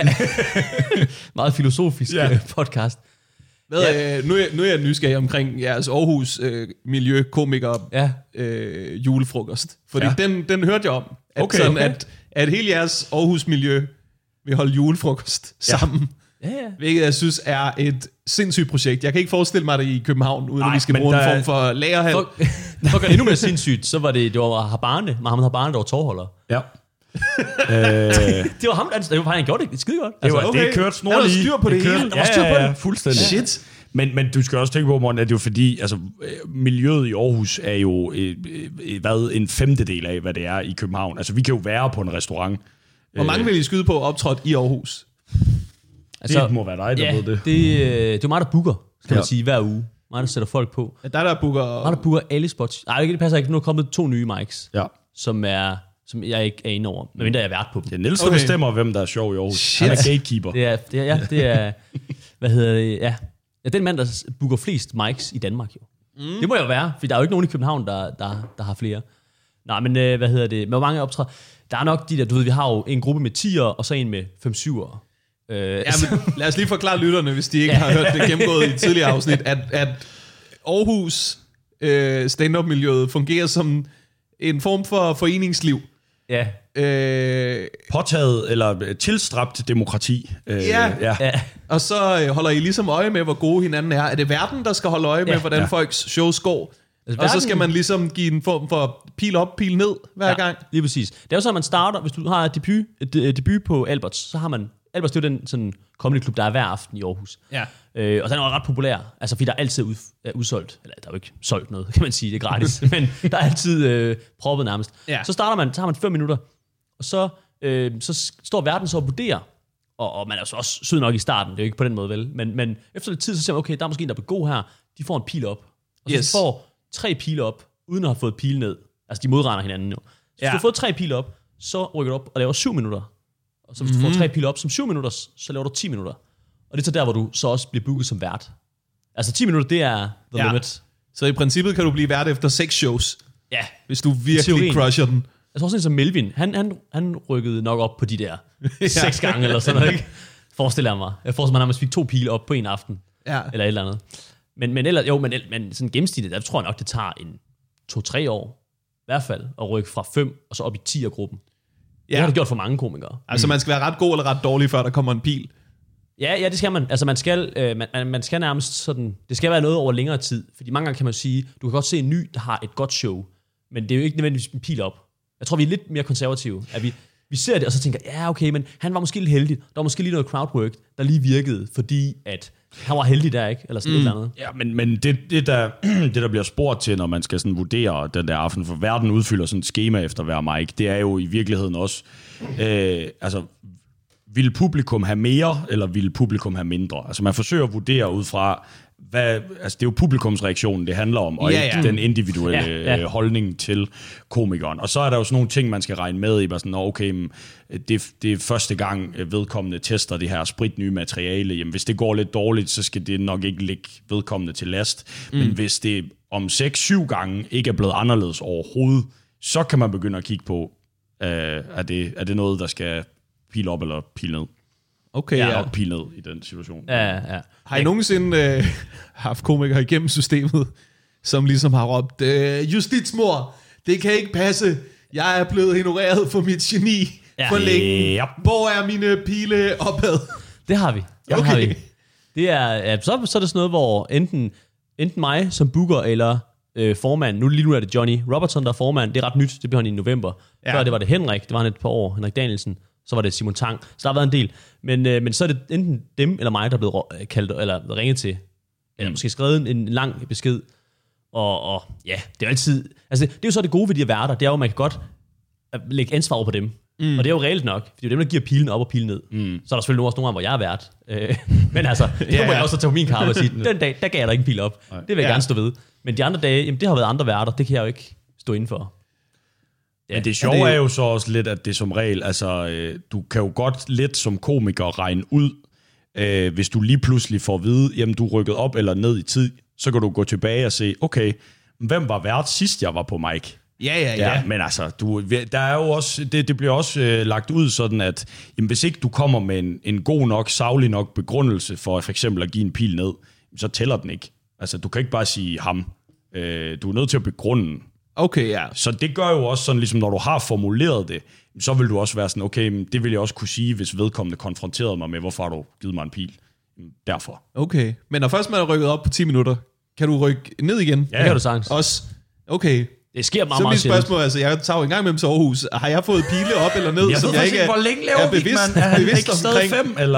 meget filosofisk ja. podcast. Hvad, ja. øh, nu, er, nu er jeg nysgerrig omkring jeres Aarhus øh, miljø komiker ja. øh, julefrokost. Fordi ja. den, den hørte jeg om, at, okay, sådan, okay. At, at hele jeres Aarhus miljø vil holde julefrokost ja. sammen. Ja, ja. Hvilket jeg synes er et sindssygt projekt. Jeg kan ikke forestille mig det i København, uden Ej, at vi skal bruge en form for lagerhal. For, for at gøre endnu mere sindssygt, så var det, det var Habane, Mohammed Habane, der var tovholder. Ja. øh, det var ham, der var han gjorde det skide godt. Altså, det, var, okay. det kørte snorlige. Der var styr på det hele. Der var styr på det. Fuldstændig. Shit. Men, men du skal også tænke på, Morten, at det er jo fordi, altså, miljøet i Aarhus er jo øh, øh, hvad, en femtedel af, hvad det er i København. Altså, vi kan jo være på en restaurant. Hvor mange vil I skyde på optrådt i Aarhus? Altså, det må være dig, der ja, ved det. Det, det er jo mig, der booker, skal ja. man sige, hver uge. Mig, der sætter folk på. Ja, der der booker... Mig, der booker alle spots. Nej, det passer ikke. Nu er kommet to nye mics, ja. som er... som jeg ikke er inde over, medmindre jeg er vært på dem. Det er Niels, der okay. bestemmer, hvem der er sjov i Aarhus. Shit. Han er gatekeeper. Det er, det er, ja, det er, hvad hedder det, ja. Ja, den mand, der booker flest mics i Danmark, jo. Mm. Det må jo være, for der er jo ikke nogen i København, der, der, der har flere. Nej, men øh, hvad hedder det, med hvor mange optræder? Der er nok de der, du ved, vi har jo en gruppe med ti'er, og så en med fem syv'er. Øh, ja, men lad os lige forklare lytterne, hvis de ikke har hørt det gennemgået i et tidligere afsnit, at, at Aarhus øh, stand-up-miljøet fungerer som en form for foreningsliv. Ja. Øh, Påtaget eller tilstræbt demokrati. Øh, ja. ja, og så holder I ligesom øje med, hvor gode hinanden er. Er det verden, der skal holde øje med, ja. hvordan ja. folks shows går? Altså, og så skal man ligesom give en form for pil op, pil ned hver ja, gang? Lige præcis. Det er jo så, at man starter, hvis du har et debut, et debut på Alberts, så har man... Alberts, det er jo den sådan, comedy klub, der er hver aften i Aarhus. Ja. Øh, og den er ret populær, altså fordi der er altid ud, er udsolgt. Eller der er jo ikke solgt noget, kan man sige, det er gratis. Men der er altid øh, proppet nærmest. Ja. Så starter man, så har man fem minutter, og så, øh, så står verden så og vurderer. Og, og man er så også sød nok i starten, det er jo ikke på den måde, vel? Men, men efter lidt tid, så ser man, okay, der er måske en, der er god her. De får en pil op. Og så yes. de får tre pile op, uden at have fået pil ned. Altså, de modregner hinanden jo. Så ja. hvis du har fået tre pile op, så rykker du op og laver syv minutter. Og så hvis mm-hmm. du får tre pile op som syv minutter, så laver du ti minutter. Og det er så der, hvor du så også bliver booket som vært. Altså ti minutter, det er the ja. limit. Så i princippet kan du blive vært efter seks shows. Ja. Hvis du virkelig teorien. crusher den. Jeg tror også, som Melvin, han, han, han rykkede nok op på de der ja. seks gange eller sådan noget, ikke? Forestiller jeg mig. Jeg forestiller mig, at man fik to pile op på en aften. Ja. Eller et eller andet. Men, men, ellers, jo, men, men sådan gennemsnitligt, der tror jeg nok, det tager en to-tre år. I hvert fald. At rykke fra fem og så op i ti-gruppen. Ja. Det har det gjort for mange komikere. Altså, man skal være ret god eller ret dårlig, før der kommer en pil. Ja, ja, det skal man. Altså, man skal, øh, man, man skal nærmest sådan... Det skal være noget over længere tid. Fordi mange gange kan man sige, du kan godt se en ny, der har et godt show. Men det er jo ikke nødvendigvis en pil op. Jeg tror, vi er lidt mere konservative. At vi, vi ser det, og så tænker, ja, okay, men han var måske lidt heldig. Der var måske lige noget crowdwork, der lige virkede, fordi at han var heldig der, ikke? Eller sådan mm. et eller andet. Ja, men, men det, det, der, det, der bliver spurgt til, når man skal sådan vurdere den der aften, for verden udfylder sådan et schema efter hver mic, det er jo i virkeligheden også... Øh, altså, vil publikum have mere, eller vil publikum have mindre? Altså, man forsøger at vurdere ud fra... Hvad, altså det er jo publikumsreaktionen, det handler om, og ja, ja. ikke den individuelle ja, ja. holdning til komikeren. Og så er der jo sådan nogle ting, man skal regne med i, bare sådan, okay, det, det er første gang vedkommende tester det her spritnye materiale. Jamen, hvis det går lidt dårligt, så skal det nok ikke ligge vedkommende til last. Mm. Men hvis det om seks syv gange ikke er blevet anderledes overhovedet, så kan man begynde at kigge på, øh, er, det, er det noget, der skal pile op eller pile ned. Okay, ja. ja. Og pile ned i den situation. Ja, ja. Har I nogensinde øh, haft komikere igennem systemet, som ligesom har råbt, øh, justitsmor, det kan ikke passe, jeg er blevet ignoreret for mit geni ja. for længe. Ja. Hvor er mine pile opad? Det har vi. Det okay. har vi. Det er, ja, så, så er det sådan noget, hvor enten, enten mig som booker eller øh, formand, nu lige nu er det Johnny Robertson, der er formand, det er ret nyt, det blev han i november. Ja. Før det var det Henrik, det var han et par år, Henrik Danielsen. Så var det Simon Tang. Så der har været en del. Men, øh, men så er det enten dem eller mig, der er blevet kaldt, eller ringet til. Eller måske skrevet en, en lang besked. Og, og ja, det er jo altid... Altså, det, det er jo så det gode ved de her værter. Det er jo, at man kan godt lægge ansvar over på dem. Mm. Og det er jo reelt nok. For det er jo dem, der giver pilen op og pilen ned. Mm. Så er der selvfølgelig også nogle gange, hvor jeg er vært. Øh, men altså, det ja, må jeg også tage på min kappe og sige, den dag, der gav jeg dig ikke en pil op. Nej. Det vil jeg ja. gerne stå ved. Men de andre dage, jamen, det har været andre værter. Det kan jeg jo ikke stå inden for. Ja, men det sjove er, det... er jo så også lidt, at det som regel, altså, øh, du kan jo godt lidt som komiker regne ud, øh, hvis du lige pludselig får at vide, jamen du er rykket op eller ned i tid, så kan du gå tilbage og se, okay, hvem var vært sidst jeg var på mic? Ja, ja, ja. ja men altså, du, der er jo også, det, det bliver også øh, lagt ud sådan, at jamen, hvis ikke du kommer med en, en god nok, saglig nok begrundelse for for eksempel at give en pil ned, så tæller den ikke. Altså, du kan ikke bare sige ham. Øh, du er nødt til at begrunde. Okay, ja. Så det gør jo også sådan, ligesom når du har formuleret det, så vil du også være sådan, okay, det vil jeg også kunne sige, hvis vedkommende konfronterede mig med, hvorfor har du givet mig en pil? Derfor. Okay, men når først man er rykket op på ti minutter, kan du rykke ned igen? Ja, det kan du sagtens. Også, okay. Det sker meget, så meget mit spørgsmål, altså, jeg tager jo en gang med dem til Aarhus. Har jeg fået pile op eller ned, jeg som jeg ikke er, hvor længe laver er bevidst, man? Er bevidst omkring? Fem, eller?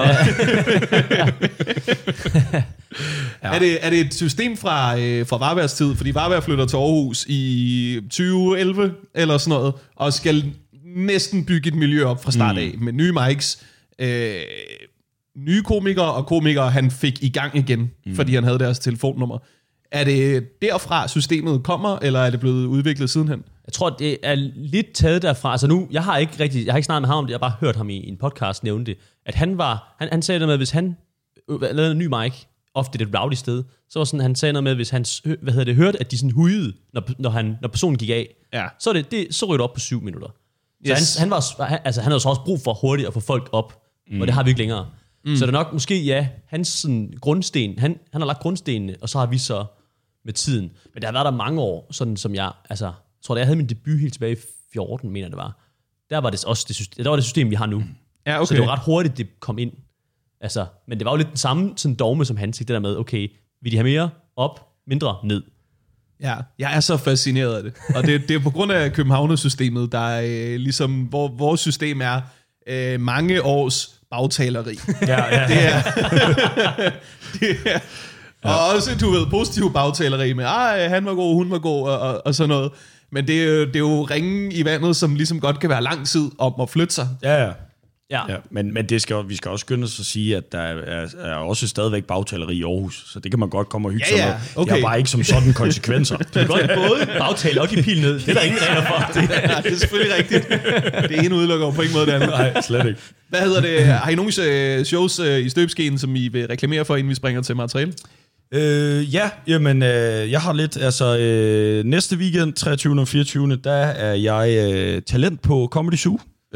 Ja. Er, det, er det et system fra, øh, fra Varbergs tid? Fordi Varberg flytter til Aarhus i tyve elleve eller sådan noget, og skal næsten bygge et miljø op fra start af, mm. med nye mics, øh, nye komikere og komikere, han fik i gang igen, mm. fordi han havde deres telefonnummer. Er det derfra systemet kommer, eller er det blevet udviklet sidenhen? Jeg tror, det er lidt taget derfra. Altså nu, jeg har ikke rigtig, jeg har ikke snakket med ham om det, jeg har bare hørt ham i en podcast nævne det, at han var, han, han sagde det med, at hvis han lavede en ny mic, ofte det et rowdy sted, så var sådan, han sagde noget med, hvis han, hvad hedder det, hørte, at de sådan hujede, når, når, han, når personen gik af, ja. så, det, det, så rykkede op på syv minutter. Så yes. han, han, var, han, altså, han havde så også brug for hurtigt at få folk op, mm. og det har vi ikke længere. Mm. Så det er nok måske, ja, hans sådan, grundsten, han, han har lagt grundstenene, og så har vi så med tiden. Men det har været der mange år, sådan som jeg, altså, jeg tror, da jeg havde min debut helt tilbage i fjorten, mener det var, der var det også det system, der var det system, vi har nu. Ja, okay. Så det var ret hurtigt, det kom ind. Altså, men det var jo lidt den samme sådan dogme som han, det der med, okay, vil de have mere op, mindre ned? Ja, jeg er så fascineret af det. Og det, det er på grund af Københavnersystemet, der er øh, ligesom, hvor vores system er øh, mange års bagtaleri. Ja, ja. Det er, det er ja. Og også, du ved, positiv bagtaleri med, ej, han var god, hun var god, og, og, og sådan noget. Men det er, det er jo ringen i vandet, som ligesom godt kan være lang tid om at flytte sig. Ja, ja. Ja. Ja, men, men det skal, vi skal også skynde os at sige, at der er, er også stadigvæk bagtaleri i Aarhus, så det kan man godt komme og hygge ja, sig ja. med. Okay. Det har bare ikke som sådan konsekvenser. Du kan godt både bagtale og give pil ned. Det er der ingen regler for. Det er, det er selvfølgelig rigtigt. Det ene udelukker på ingen måde det andet. Nej, slet ikke. Hvad hedder det? Har I nogle shows i støbeskeen, som I vil reklamere for, inden vi springer til materiale? Øh, ja, jamen, øh, jeg har lidt, altså øh, næste weekend, treogtyvende og fireogtyvende, der er jeg øh, talent på Comedy Zoo.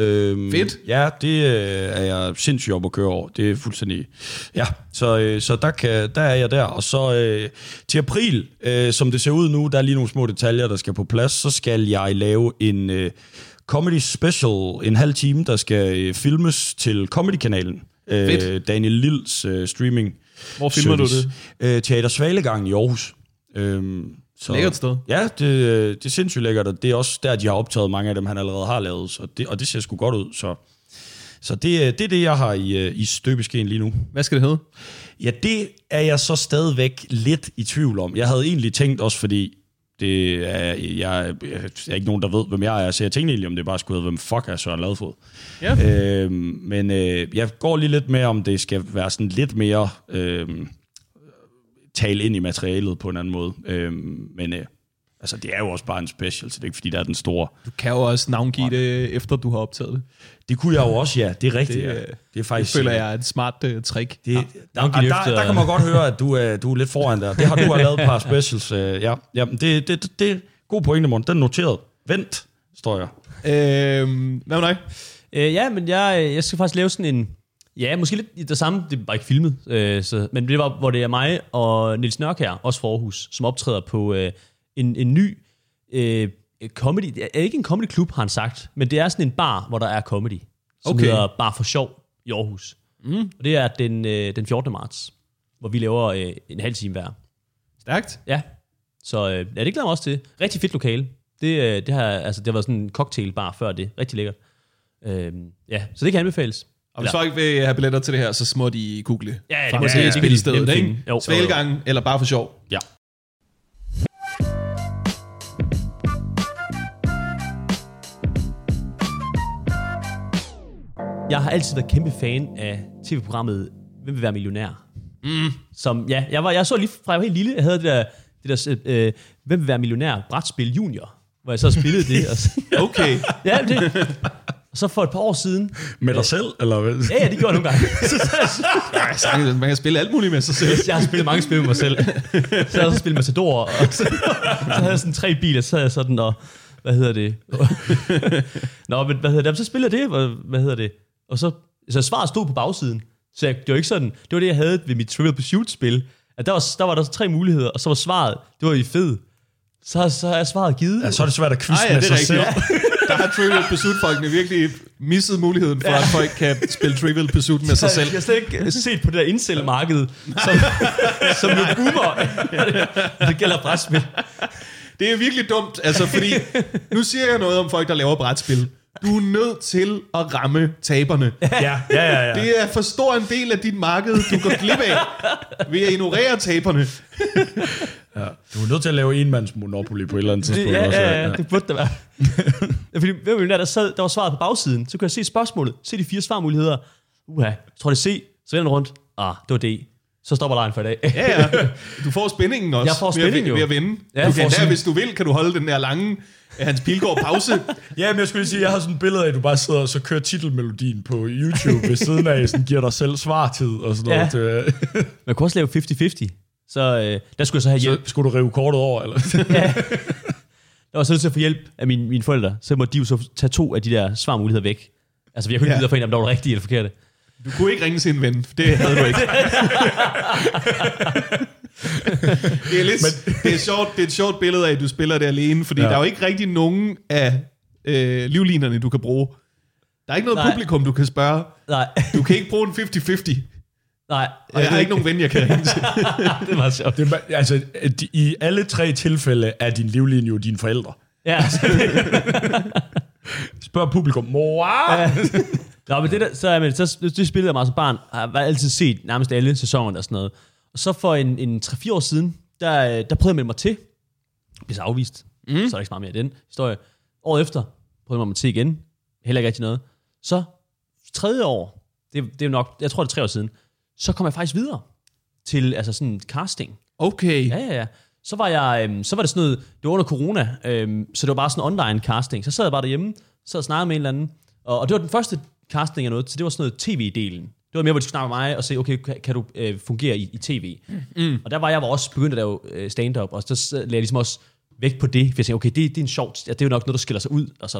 Øhm, Fedt. Ja, det øh, er jeg sindssygt op at køre over. Det er fuldstændig... Ja, så, øh, så der, kan, der er jeg der. Og så øh, til april, øh, som det ser ud nu, der er lige nogle små detaljer, der skal på plads, så skal jeg lave en øh, comedy special, en halv time, der skal øh, filmes til Comedy-kanalen. Øh, Daniel Lills øh, streaming. Hvor filmer service. du det? Øh, Teater Svalegangen i Aarhus. Øhm, så, Lækkert sted. Ja, det, det er sindssygt lækkert, og det er også der, de har optaget mange af dem, han allerede har lavet, så det, og det ser sgu godt ud. Så, så det, det er det, jeg har i, i støbeskeen lige nu. Hvad skal det hedde? Ja, det er jeg så stadigvæk lidt i tvivl om. Jeg havde egentlig tænkt også, fordi det er, jeg, jeg er ikke nogen, der ved, hvem jeg er, så jeg tænkte egentlig, om det bare skulle hedde, hvem fuck er Søren Ladefod. Ja. Øhm, men øh, jeg går lige lidt med, om det skal være sådan lidt mere... Øh, tale ind i materialet på en anden måde. Øhm, men øh, altså, det er jo også bare en special, så det er ikke, fordi der er den store... Du kan jo også navngive det, efter du har optaget det. Det kunne jeg jo også, ja. Det er rigtigt, Det, ja. Det er faktisk... Det føler jeg er et smart uh, trick. Det, Ja, der, der, der, der kan man godt høre, at du, er, du er lidt foran der. Det har du har lavet et par specials. Øh, ja, ja det, det, det, det er god pointe, Morten. Den er noteret. Vent, står jeg. Øhm, hvad med dig? Øh, ja, men jeg, jeg skal faktisk lave sådan en... Ja, måske lidt det samme, det var ikke filmet, øh, så, men det var, hvor det er mig og Niels Nørkjær, også fra Aarhus, som optræder på øh, en, en ny øh, comedy, det er ikke en comedyklub, har han sagt, men det er sådan en bar, hvor der er comedy, som Okay. hedder Bar for Sjov i Aarhus. Mm. Og det er den, øh, den fjortende marts, hvor vi laver øh, en halv time hver. Stærkt. Ja, så øh, ja, det glæder mig også til. Rigtig fedt lokale. Det, øh, det, har, altså, det var sådan en cocktailbar før det. Rigtig lækkert. Øh, ja, så det kan anbefales. Og hvis folk vil have billetter til det her, så må de google. Ja, det Frem må til de- det kan de spillestedet, nemt ikke? finde. Jo. Svalegangen, eller bare for sjov. Ja. Jeg har altid været kæmpe fan af tv-programmet Hvem vil være millionær? Mm. Som, ja, jeg, var, jeg så lige fra jeg var helt lille, jeg havde det der, det der øh, Hvem vil være millionær? Brætspil junior, hvor jeg så spillede det. Og så, Okay. ja, det. Og så for et par år siden... Med dig selv, eller hvad? Ja, ja, det gjorde jeg nogle gange. Så, så, Ja, sagtens, man kan spille alt muligt med sig selv. jeg har spillet mange spil med mig selv. Så havde jeg så spillet Matador, og så, så havde jeg sådan tre biler, så havde jeg sådan, og hvad hedder det? Nå, men hvad hedder det? Så spillede jeg det, og, hvad hedder det? Og så, så svaret stod på bagsiden. Så jeg, det var ikke sådan, det var det, jeg havde ved mit Trivial Pursuit-spil. At der var, der var der tre muligheder, og så var svaret, det var i fed. Så, så er svaret givet. Ja, så er det svært at quizze Ej, ja, med det er sig rigtigt. selv. Der har Trivial Pursuit-folkene virkelig misset muligheden for, at folk kan spille Trivial Pursuit med sig selv. Jeg har slet ikke set på det der incel-marked, som, som jo boomer, når det gælder brætspil. Det er virkelig dumt, altså fordi, nu siger jeg noget om folk, der laver brætspil. Du er nødt til at ramme taberne. Ja, ja, ja, ja. Det er for stor en del af dit marked, du går glip af ved at ignorere taberne. Ja. Du er nødt til at lave enmands Monopoly på et eller andet Det, tidspunkt. ja, også, ja, ja, det burde det være. Ja, fordi, hvem vil der, sad, der var svaret på bagsiden, så kunne jeg se spørgsmålet, se de fire svarmuligheder. Uha, jeg tror det er C, så vender rundt. Ah, det var D. Så stopper lejen for i dag. Ja, ja. Du får spændingen også. Jeg får spænding, ved, jo. ved at vinde. Ja, du du kan får der, sådan- hvis du vil, kan du holde den der lange Hans Pilgaard pause. Ja, men jeg skulle lige sige, jeg har sådan et billede af, at du bare sidder og så kører titelmelodien på YouTube ved siden af, sådan giver dig selv svartid og sådan Ja. noget. Ja. Man kunne også lave halvtreds halvtreds. Så øh, der skulle jeg så have Så hjælp. skulle du rive kortet over, eller? Ja. Der var så nødt til at få hjælp af mine, mine forældre. Så måtte de jo så tage to af de der svarmuligheder væk. Altså, jeg kunne ikke Ja. vide for en, om der var det rigtige eller forkerte. Du kunne ikke ringe til en ven. Det havde du ikke. det, er lidt, det, er sjovt, det er et sjovt billede af, at du spiller det alene, fordi ja. der er jo ikke rigtig nogen af øh, livlinerne, du kan bruge. Der er ikke noget Nej. publikum, du kan spørge. Nej, Du kan ikke bruge en halvtreds halvtreds. nej. Og jeg har ikke nogen ven, jeg kan ringe til. Det var sjovt. Det, er- altså, de- i alle tre tilfælde er din livlinje jo dine forældre. Ja, Spørg publikum, mor! Ja. Nå, men det der, så, er man, så det spillede jeg meget som barn, har altid set nærmest alle sæsoner og sådan noget. Og så for en, en tre fire år siden, der, der prøvede jeg at melde mig til. Blev så afvist. Mm. Så er der ikke så meget mere i den historie. Året efter prøvede jeg mig til igen. Heller ikke rigtig noget. Så tredje år, det, det er jo nok, jeg tror det er tre år siden, så kom jeg faktisk videre til altså sådan casting. Okay. Ja, ja, ja. Så var jeg, øhm, så var det sådan noget, det var under corona, øhm, så det var bare sådan online casting. Så sad jeg bare derhjemme, sad og snakkede med en eller anden, og, og det var den første casting jeg nåede, så det var sådan noget tv-delen. Det var mere, hvor de skulle snakke med mig og se, okay, kan, kan du øh, fungere i, i tv? Mm. Og der var jeg var også begyndt at lave øh, stand-up, og så lagde jeg ligesom også vægt på det, for jeg tænkte, okay, det, det er en sjov, ja, det er jo nok noget, der skiller sig ud, og sådan, ikke?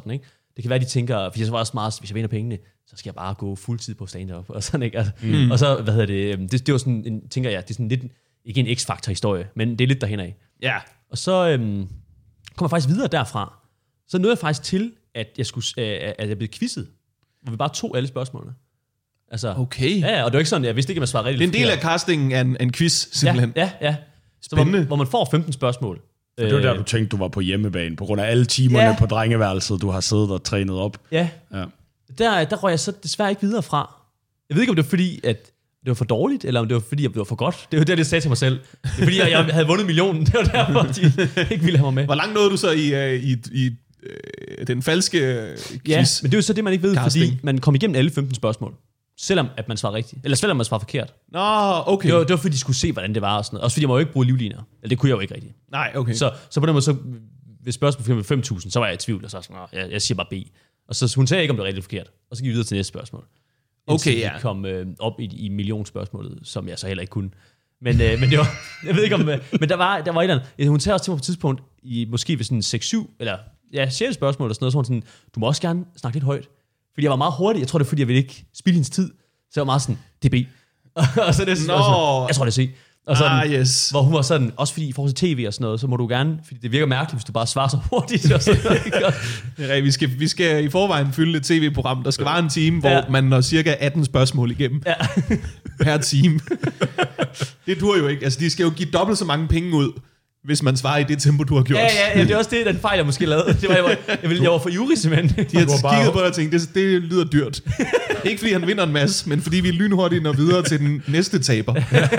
Det kan være, de tænker, fordi jeg så var også meget, hvis jeg vinder pengene, så skal jeg bare gå fuldtid på stand-up, og sådan, ikke? Altså, mm. Og så, hvad hedder det, det, det var sådan, en, tænker jeg, det er sådan lidt, ikke en X-Factor-historie, men det er lidt derhen af. Ja. Og så øhm, kom jeg faktisk videre derfra. Så nåede jeg faktisk til, at jeg, skulle, øh, at jeg blev quizzet, hvor vi bare tog alle spørgsmålene. Altså, Okay. Ja, og det var ikke sådan, jeg vidste ikke, at man svarede rigtigt. Det er en del af castingen af en, en quiz, simpelthen. Ja, ja, ja. Spændende. Så, hvor, hvor man får femten spørgsmål. Og det var der, du tænkte, du var på hjemmebane, på grund af alle timerne ja. på drengeværelset, du har siddet og trænet op. Ja. ja. Der, der røg jeg så desværre ikke videre fra. Jeg ved ikke, om det var fordi, at det var for dårligt, eller om det var fordi, at det var for godt. Det var det, jeg sagde til mig selv. Det er fordi, jeg, jeg havde vundet millionen. Det var derfor, de ikke ville have mig med. Hvor langt nåede du så i, i, i, i den falske quiz? Ja, men det er jo så det, man ikke ved, casting. Fordi man kom igennem alle femten spørgsmål. Selvom at man svarer rigtigt. Eller selvom man svarer forkert. Nå, okay. Det var, det var fordi, de skulle se, hvordan det var. Og sådan noget. Også fordi, jeg må jo ikke bruge livliner. Eller det kunne jeg jo ikke rigtigt. Nej, okay. Så, så på den måde, så, hvis spørgsmålet var fem tusind, så var jeg i tvivl. Og så sådan, jeg, jeg siger bare B. Og så hun sagde ikke, om det var rigtigt forkert. Og så gik vi videre til næste spørgsmål. Okay, ja. Vi kom øh, op i, i millionspørgsmålet, som jeg så heller ikke kunne. Men, øh, men det var, jeg ved ikke om, men der var, der var et eller andet. Hun sagde også til mig på et tidspunkt, i måske ved sådan seks syv, eller ja, sjette spørgsmål eller sådan noget, så sådan, du må også gerne snakke lidt højt. Fordi jeg var meget hurtig. Jeg tror, det er fordi, jeg ville ikke spilde hendes tid. Så jeg var meget sådan, det er B. og så det, no. og så, jeg tror, det er C. Og sådan, ah, yes. Hvor hun var sådan, også fordi i forhold til tv og sådan noget, så må du gerne, fordi det virker mærkeligt, hvis du bare svarer så hurtigt. Og sådan noget. Det er rigtigt. Vi skal, vi skal i forvejen fylde et tv-program, der skal være en time, hvor ja. man når cirka atten spørgsmål igennem ja. per time. Det dur jo ikke. Altså, de skal jo give dobbelt så mange penge ud, hvis man svarer i det tempo, du har gjort. Ja, ja, ja, det er også det, den fejl, jeg måske lavede. Det var, jeg, var, jeg, ville, jeg var for ivrig, simpelthen. De har kigget på dig og tænkt, det, det lyder dyrt. Ikke fordi han vinder en masse, men fordi vi er lynhurtigt når videre til den næste taber.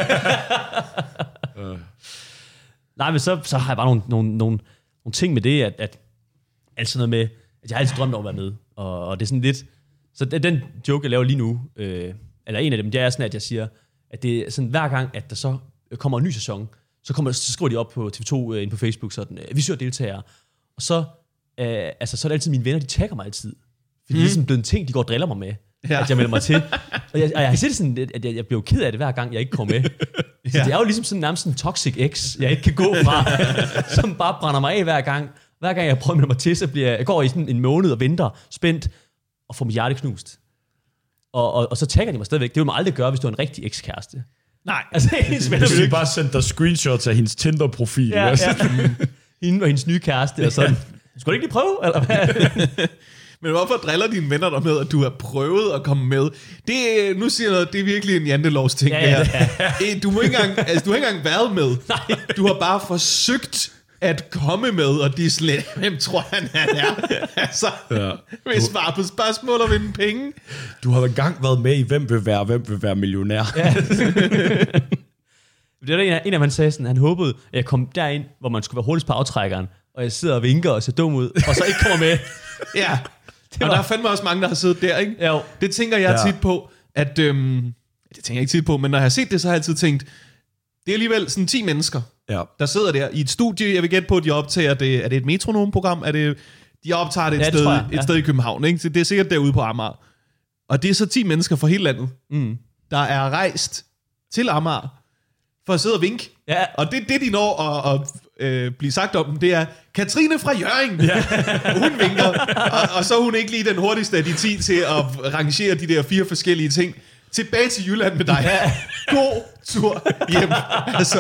uh. Nej, men så, så har jeg bare nogle, nogle, nogle, nogle ting med det, at, at altså noget med, at jeg har altid drømt om at være med, og, og det er sådan lidt, så den joke, jeg laver lige nu, øh, eller en af dem, det er sådan, at jeg siger, at det er sådan hver gang, at der så kommer en ny sæson, så, kommer, så skriver de op på T V to øh, ind på Facebook, sådan, øh, vi søger deltagere, og så, øh, altså, så er det altid mine venner, de tagger mig altid, fordi mm. det er sådan blevet en ting, de går og driller mig med, ja. At jeg melder mig til, og jeg, og jeg har set sådan, at jeg, jeg bliver ked af det hver gang, jeg ikke kommer med. Så ja. Det er jo ligesom sådan nærmest en toxic ex, jeg ikke kan gå fra, som bare brænder mig af hver gang. Hver gang jeg prøver at melde mig til, så bliver jeg, jeg går i sådan en måned og venter, spændt, og får mit hjerte knust. Og, og, og så tagger de mig stadigvæk. Det vil man aldrig gøre, hvis du er en rigtig ekskæreste. Nej. Altså, hendes venner vil bare sende dig screenshots af hendes Tinder-profil. Ja, ja. Hende og hendes nye kæreste og sådan. Skulle du ikke lige prøve, eller hvad? Men hvorfor driller dine venner dig med, at du har prøvet at komme med? Det, nu siger jeg noget, det er virkelig en jantelovs ting. Ja, ja, ja. Du, må ikke engang, altså, du har ikke engang været med. Nej. Du har bare forsøgt at komme med, og de er slet, hvem tror han, han er? Altså, ja. Hvis svare på spørgsmål og vinde penge. Du har engang været med i, hvem vil være, hvem vil være millionær. Ja. Det var en af, en af dem, han sagde sådan, han håbede, at jeg kom derind, hvor man skulle være hurtigst på aftrækkeren, og jeg sidder og vinker og ser dum ud, og så ikke kommer med. Ja, var... og der er fandme også mange, der har siddet der, ikke? Jo. Det tænker jeg ja. tit på, at, øhm, det tænker jeg ikke tit på, men når jeg har set det, så har jeg altid tænkt, det er alligevel sådan ti mennesker, ja. Der sidder der i et studie. Jeg vil gætte på, at de optager det. Er det et metronom-program? Er det, de optager det et, ja, det sted, jeg, ja. et sted i København, ikke? Så det er sikkert derude på Amager. Og det er så ti mennesker fra hele landet, mm. der er rejst til Amager for at sidde og vinke. Ja. Og det, det de når at, at øh, blive sagt om dem, det er Katrine fra Hjørring. Ja. Hun vinker, og, og så er hun ikke lige den hurtigste af de ti til at rangere de der fire forskellige ting. Tilbage til Jylland med dig. Ja. God tur hjem. Altså.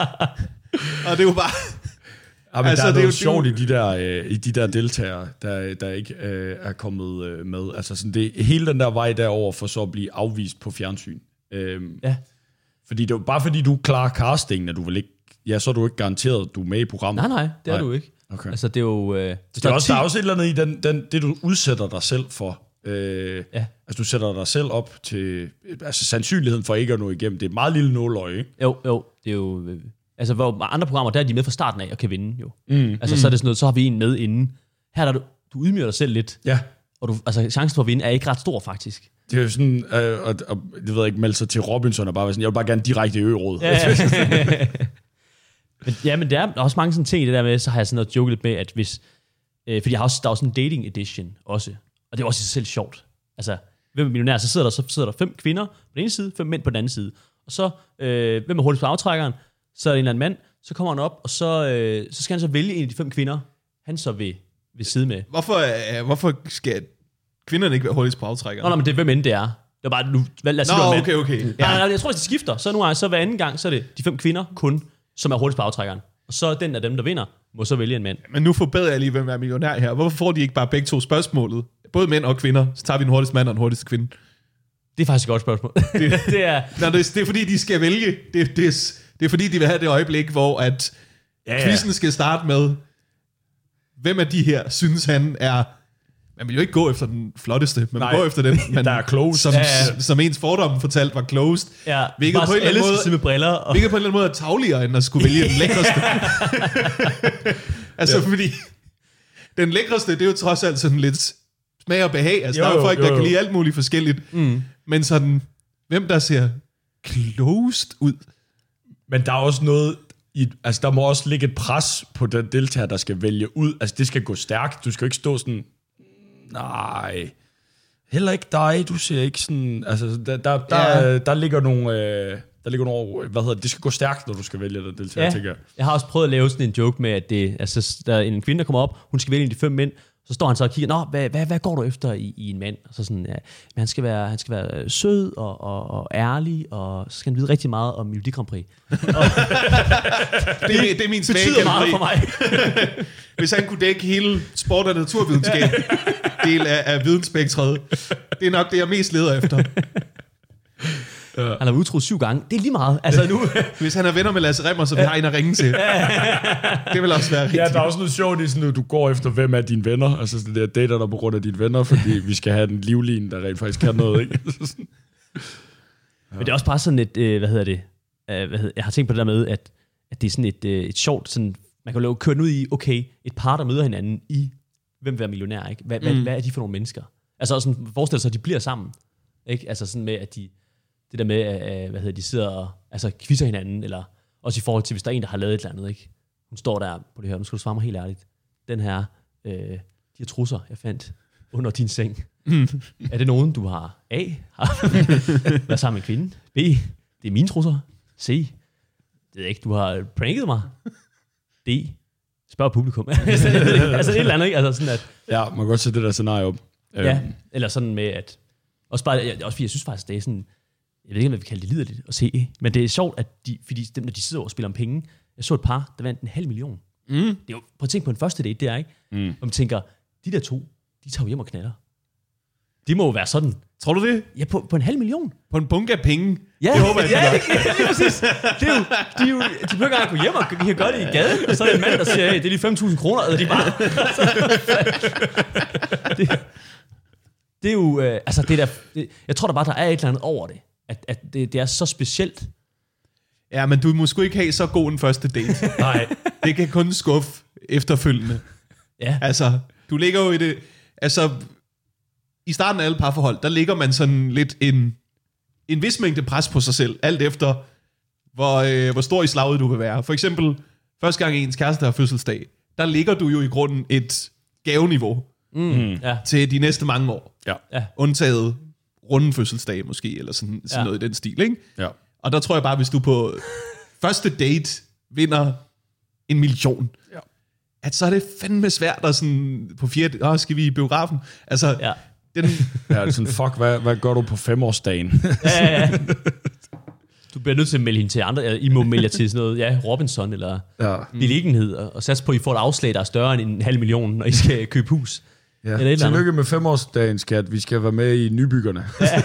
Og det er jo bare... Ja, men altså, der er noget sjovt i de der, øh, i de der deltagere, der, der ikke øh, er kommet øh, med. Altså sådan det, hele den der vej derover for så at blive afvist på fjernsyn. Øhm, ja. Fordi det er bare fordi du klarer castingen, at du vil ikke, ja, så er du ikke garanteret, at du er med i programmet. Nej, nej, det er nej. Du ikke. Okay. Altså det er jo... Øh, det er også, der er også et eller andet i den, den, det, du udsætter dig selv for. Øh, ja. Altså du sætter dig selv op til, altså sandsynligheden for ikke at nå igennem, det er et meget lille nåløje, ikke? Jo, jo, det er jo... Øh, altså hvor andre programmer, der er de med fra starten af og kan vinde jo. Mm, altså mm. så er det sådan noget, så har vi en med inden. Her der du, du ydmyger dig selv lidt. Ja. Og du, altså chancen for at vinde er ikke ret stor faktisk. Det er jo sådan, øh, og, og, det ved jeg ikke, melde sig til Robinson og bare være sådan, jeg vil bare gerne direkte i ø-råd. Ja, ja. men, ja, men der er også mange sådan ting i det der med, så har jeg sådan noget joket lidt med, at hvis, øh, fordi jeg har også, der er også en dating edition også, og det er også i sig selv sjovt. Altså, hvem er millionær, så sidder der, så sidder der fem kvinder på den ene side, fem mænd på den anden side. Og så, øh, hvem er hurtigst på aftrækkeren, så er der en eller anden mand, så kommer han op, og så, øh, så skal han så vælge en af de fem kvinder, han så vil, ved side med. Hvorfor, øh, hvorfor skal kvinderne ikke være hurtigst på aftrækkeren? Nå, nej, men det er hvem end det er. Det er bare, nu, lad os sige, Nå, det var okay, okay. Ja. Nej, nej, jeg tror, at de skifter. Så nu er så hver anden gang, så er det de fem kvinder kun, som er hurtigst på aftrækkeren. Og så den af dem, der vinder, må så vælge en mand. Men nu forbedrer jeg lige, hvem er millionær her. Hvorfor får de ikke bare begge to spørgsmålet? Både mænd og kvinder. Så tager vi den hurtigste mand og den hurtigste kvinde. Det er faktisk et godt spørgsmål. Det, det, er, Nå, det, er, det er fordi, de skal vælge. Det, det, er, det er fordi, de vil have det øjeblik, hvor at ja, ja. quizzen skal starte med, hvem af de her synes han er... Man vil jo ikke gå efter den flotteste, men man går efter den, man, der er closed. Som, ja, ja. som ens fordomme fortalt var closed. ja, hvilket på en eller anden måde, med briller. Og... hvilket på en eller anden måde er tagligere, end at skulle vælge den lækreste. altså, ja. fordi den lækreste, det er jo trods alt sådan lidt smag og behag. Altså, jo, der er jo folk, jo, jo. der kan lide alt muligt forskelligt. Mm. Men sådan, hvem der ser closed ud. Men der er også noget... I, altså, der må også ligge et pres på den deltager, der skal vælge ud. Altså, det skal gå stærkt. Du skal jo ikke stå sådan... Nej, heller ikke dig. Du ser ikke sådan... Altså, der, der, der, ja. der ligger nogle... Øh, der ligger nogle... Hvad hedder det? Det skal gå stærkt, når du skal vælge den deltager, ja. tænker jeg. Jeg har også prøvet at lave sådan en joke med, at det, altså, der er en kvinde, der kommer op. Hun skal vælge en af de fem mænd. Så står han så og kigger, nå, hvad, hvad, hvad går du efter i, i en mand? Og så sådan, ja, men han skal være, han skal være sød og, og, og ærlig, og så skal han vide rigtig meget om Melodi Grand Prix. det, er, det er min svage betyder meget for mig. Hvis han kunne dække hele sport- og naturvidenskab del af, af vidensspektret, det er nok det, jeg mest leder efter. Han har været utro syv gange. Det er lige meget. Altså nu. Hvis han er venner med Lasse Remmer, så vi har en at ringe til. Det vil også være rigtigt. Ja, der er også noget sjovt i sådan, at du går efter, hvem er dine venner. Altså det der dater der på grund af dine venner, fordi vi skal have den livline, der rent faktisk kan noget, ikke? Ja. Men det er også bare sådan et, øh, hvad hedder det? Øh, hvad hedder, jeg har tænkt på det der med, at, at det er sådan et, øh, et sjovt, sådan, man kan jo køre den ud i, okay, et par, der møder hinanden i, hvem vil være millionær, ikke? Hvad, mm. hvad, hvad er de for nogle mennesker? Altså sådan, forestil sig, at de bliver sammen, ikke? Altså sådan med, at de, det der med, at, hvad hedder, de sidder og altså, quizzer hinanden, eller også i forhold til, hvis der er en, der har lavet et eller andet, ikke? Hun står der på det her, nu skal du svare mig helt ærligt. Den her, øh, de her trusser, jeg fandt under din seng. Mm. Er det nogen, du har A, har været sammen med en kvinde? B, det er mine trusser. C, det er ikke, du har pranket mig. D, spørg publikum. altså et eller andet, ikke? Altså sådan at... Ja, man kan godt se det der scenarie op. Ja, eller sådan med, at... Også, bare, jeg, også fordi jeg synes faktisk, det er sådan... Jeg ved ikke, hvad vi kalder det liderligt at se. Men det er sjovt, at de, fordi dem, når de sidder og spiller om penge... Jeg så et par, der vandt en halv million. Mm. Det er jo, prøv at tænke på en første date, det er ikke? Mm. Og man tænker, de der to, de tager jo hjem og knaller. Det må jo være sådan. Tror du det? Ja, på, på en halv million. På en bunke af penge? Ja, det håber jeg, ja, det, det, det er præcis. Det er jo, de, er jo, de behøver ikke gå hjem, og vi kan gøre det i gaden. Og så er det en mand, der siger, hey, det er lige fem tusind kroner, og de bare... det, det er jo... Øh, altså, det der, det, jeg tror da bare, der er et eller andet over det. At, at det, det er så specielt. Ja, men du må sgu ikke have så god en første date. Nej. Det kan kun skuffe efterfølgende. Ja. Altså, du ligger jo i det... Altså... I starten af alle parforhold, der ligger man sådan lidt en, en vis mængde pres på sig selv, alt efter, hvor, øh, hvor stor i slaget du vil være. For eksempel, første gang ens kæreste har fødselsdag, der ligger du jo i grunden et gaveniveau mm, ja. til de næste mange år. Ja. Ja. Undtaget runden fødselsdag måske, eller sådan, sådan ja. noget i den stil, ikke? Ja. Og der tror jeg bare, hvis du på første date vinder en million, ja. at så er det fandme svært at sådan på fjerde, åh, skal vi i biografen? Altså... Ja. Den... ja, sådan, fuck, hvad, hvad gør du på femårsdagen? ja, ja, ja. Du bliver nødt til at melde hende til andre. I må melde jer til sådan noget, ja, Robinson eller ja. beliggenhed, og, og satse på, at I får et afslag, der er større end en halv million, når I skal købe hus. Ja. Tillykke med femårsdagen, skat. Vi skal være med i Nybyggerne. Ja.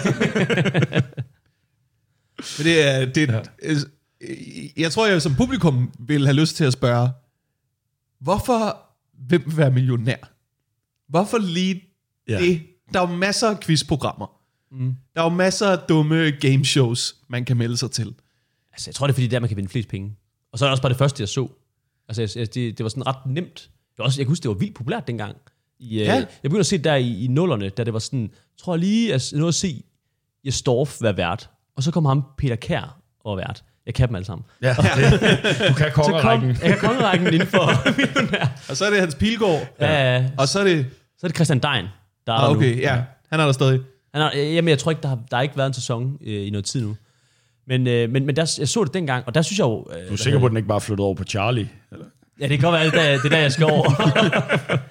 Men det er... Det, ja. Jeg tror, jeg som publikum vil have lyst til at spørge, hvorfor hvem vil være millionær? Hvorfor lige ja. det? Der er jo masser af quizprogrammer. Mm. Der er jo masser af dumme gameshows, man kan melde sig til. Altså, jeg tror, det er fordi, der man kan vinde flest penge. Og så er det også bare det første, jeg så. Altså, jeg, det, det var sådan ret nemt. Det var også, jeg kan huske, det var vildt populært dengang. I, ja. Jeg begyndte at se der i, i nullerne, da det var sådan, tror jeg lige, at jeg nåede at se Jesdorf være vært. Og så kom ham Peter Kjær og vært. Jeg kan dem alle sammen. Ja, det, du kan kongerækken. Jeg kan kongerækken inden for millionær. Og så er det Hans Pilgaard. Ja. Ja. Og så er det... Så er det Christian Dein, der er ah, okay, nu. ja. Han er der stadig. Han er, jamen, jeg tror ikke, der har, der har ikke været en sæson øh, i noget tid nu. Men, øh, men, men der, jeg så det dengang, og der synes jeg jo... Øh, du er sikker på, at den ikke bare flyttede over på Charlie? Eller? Ja, det kan godt være, det, det er der, jeg skal over.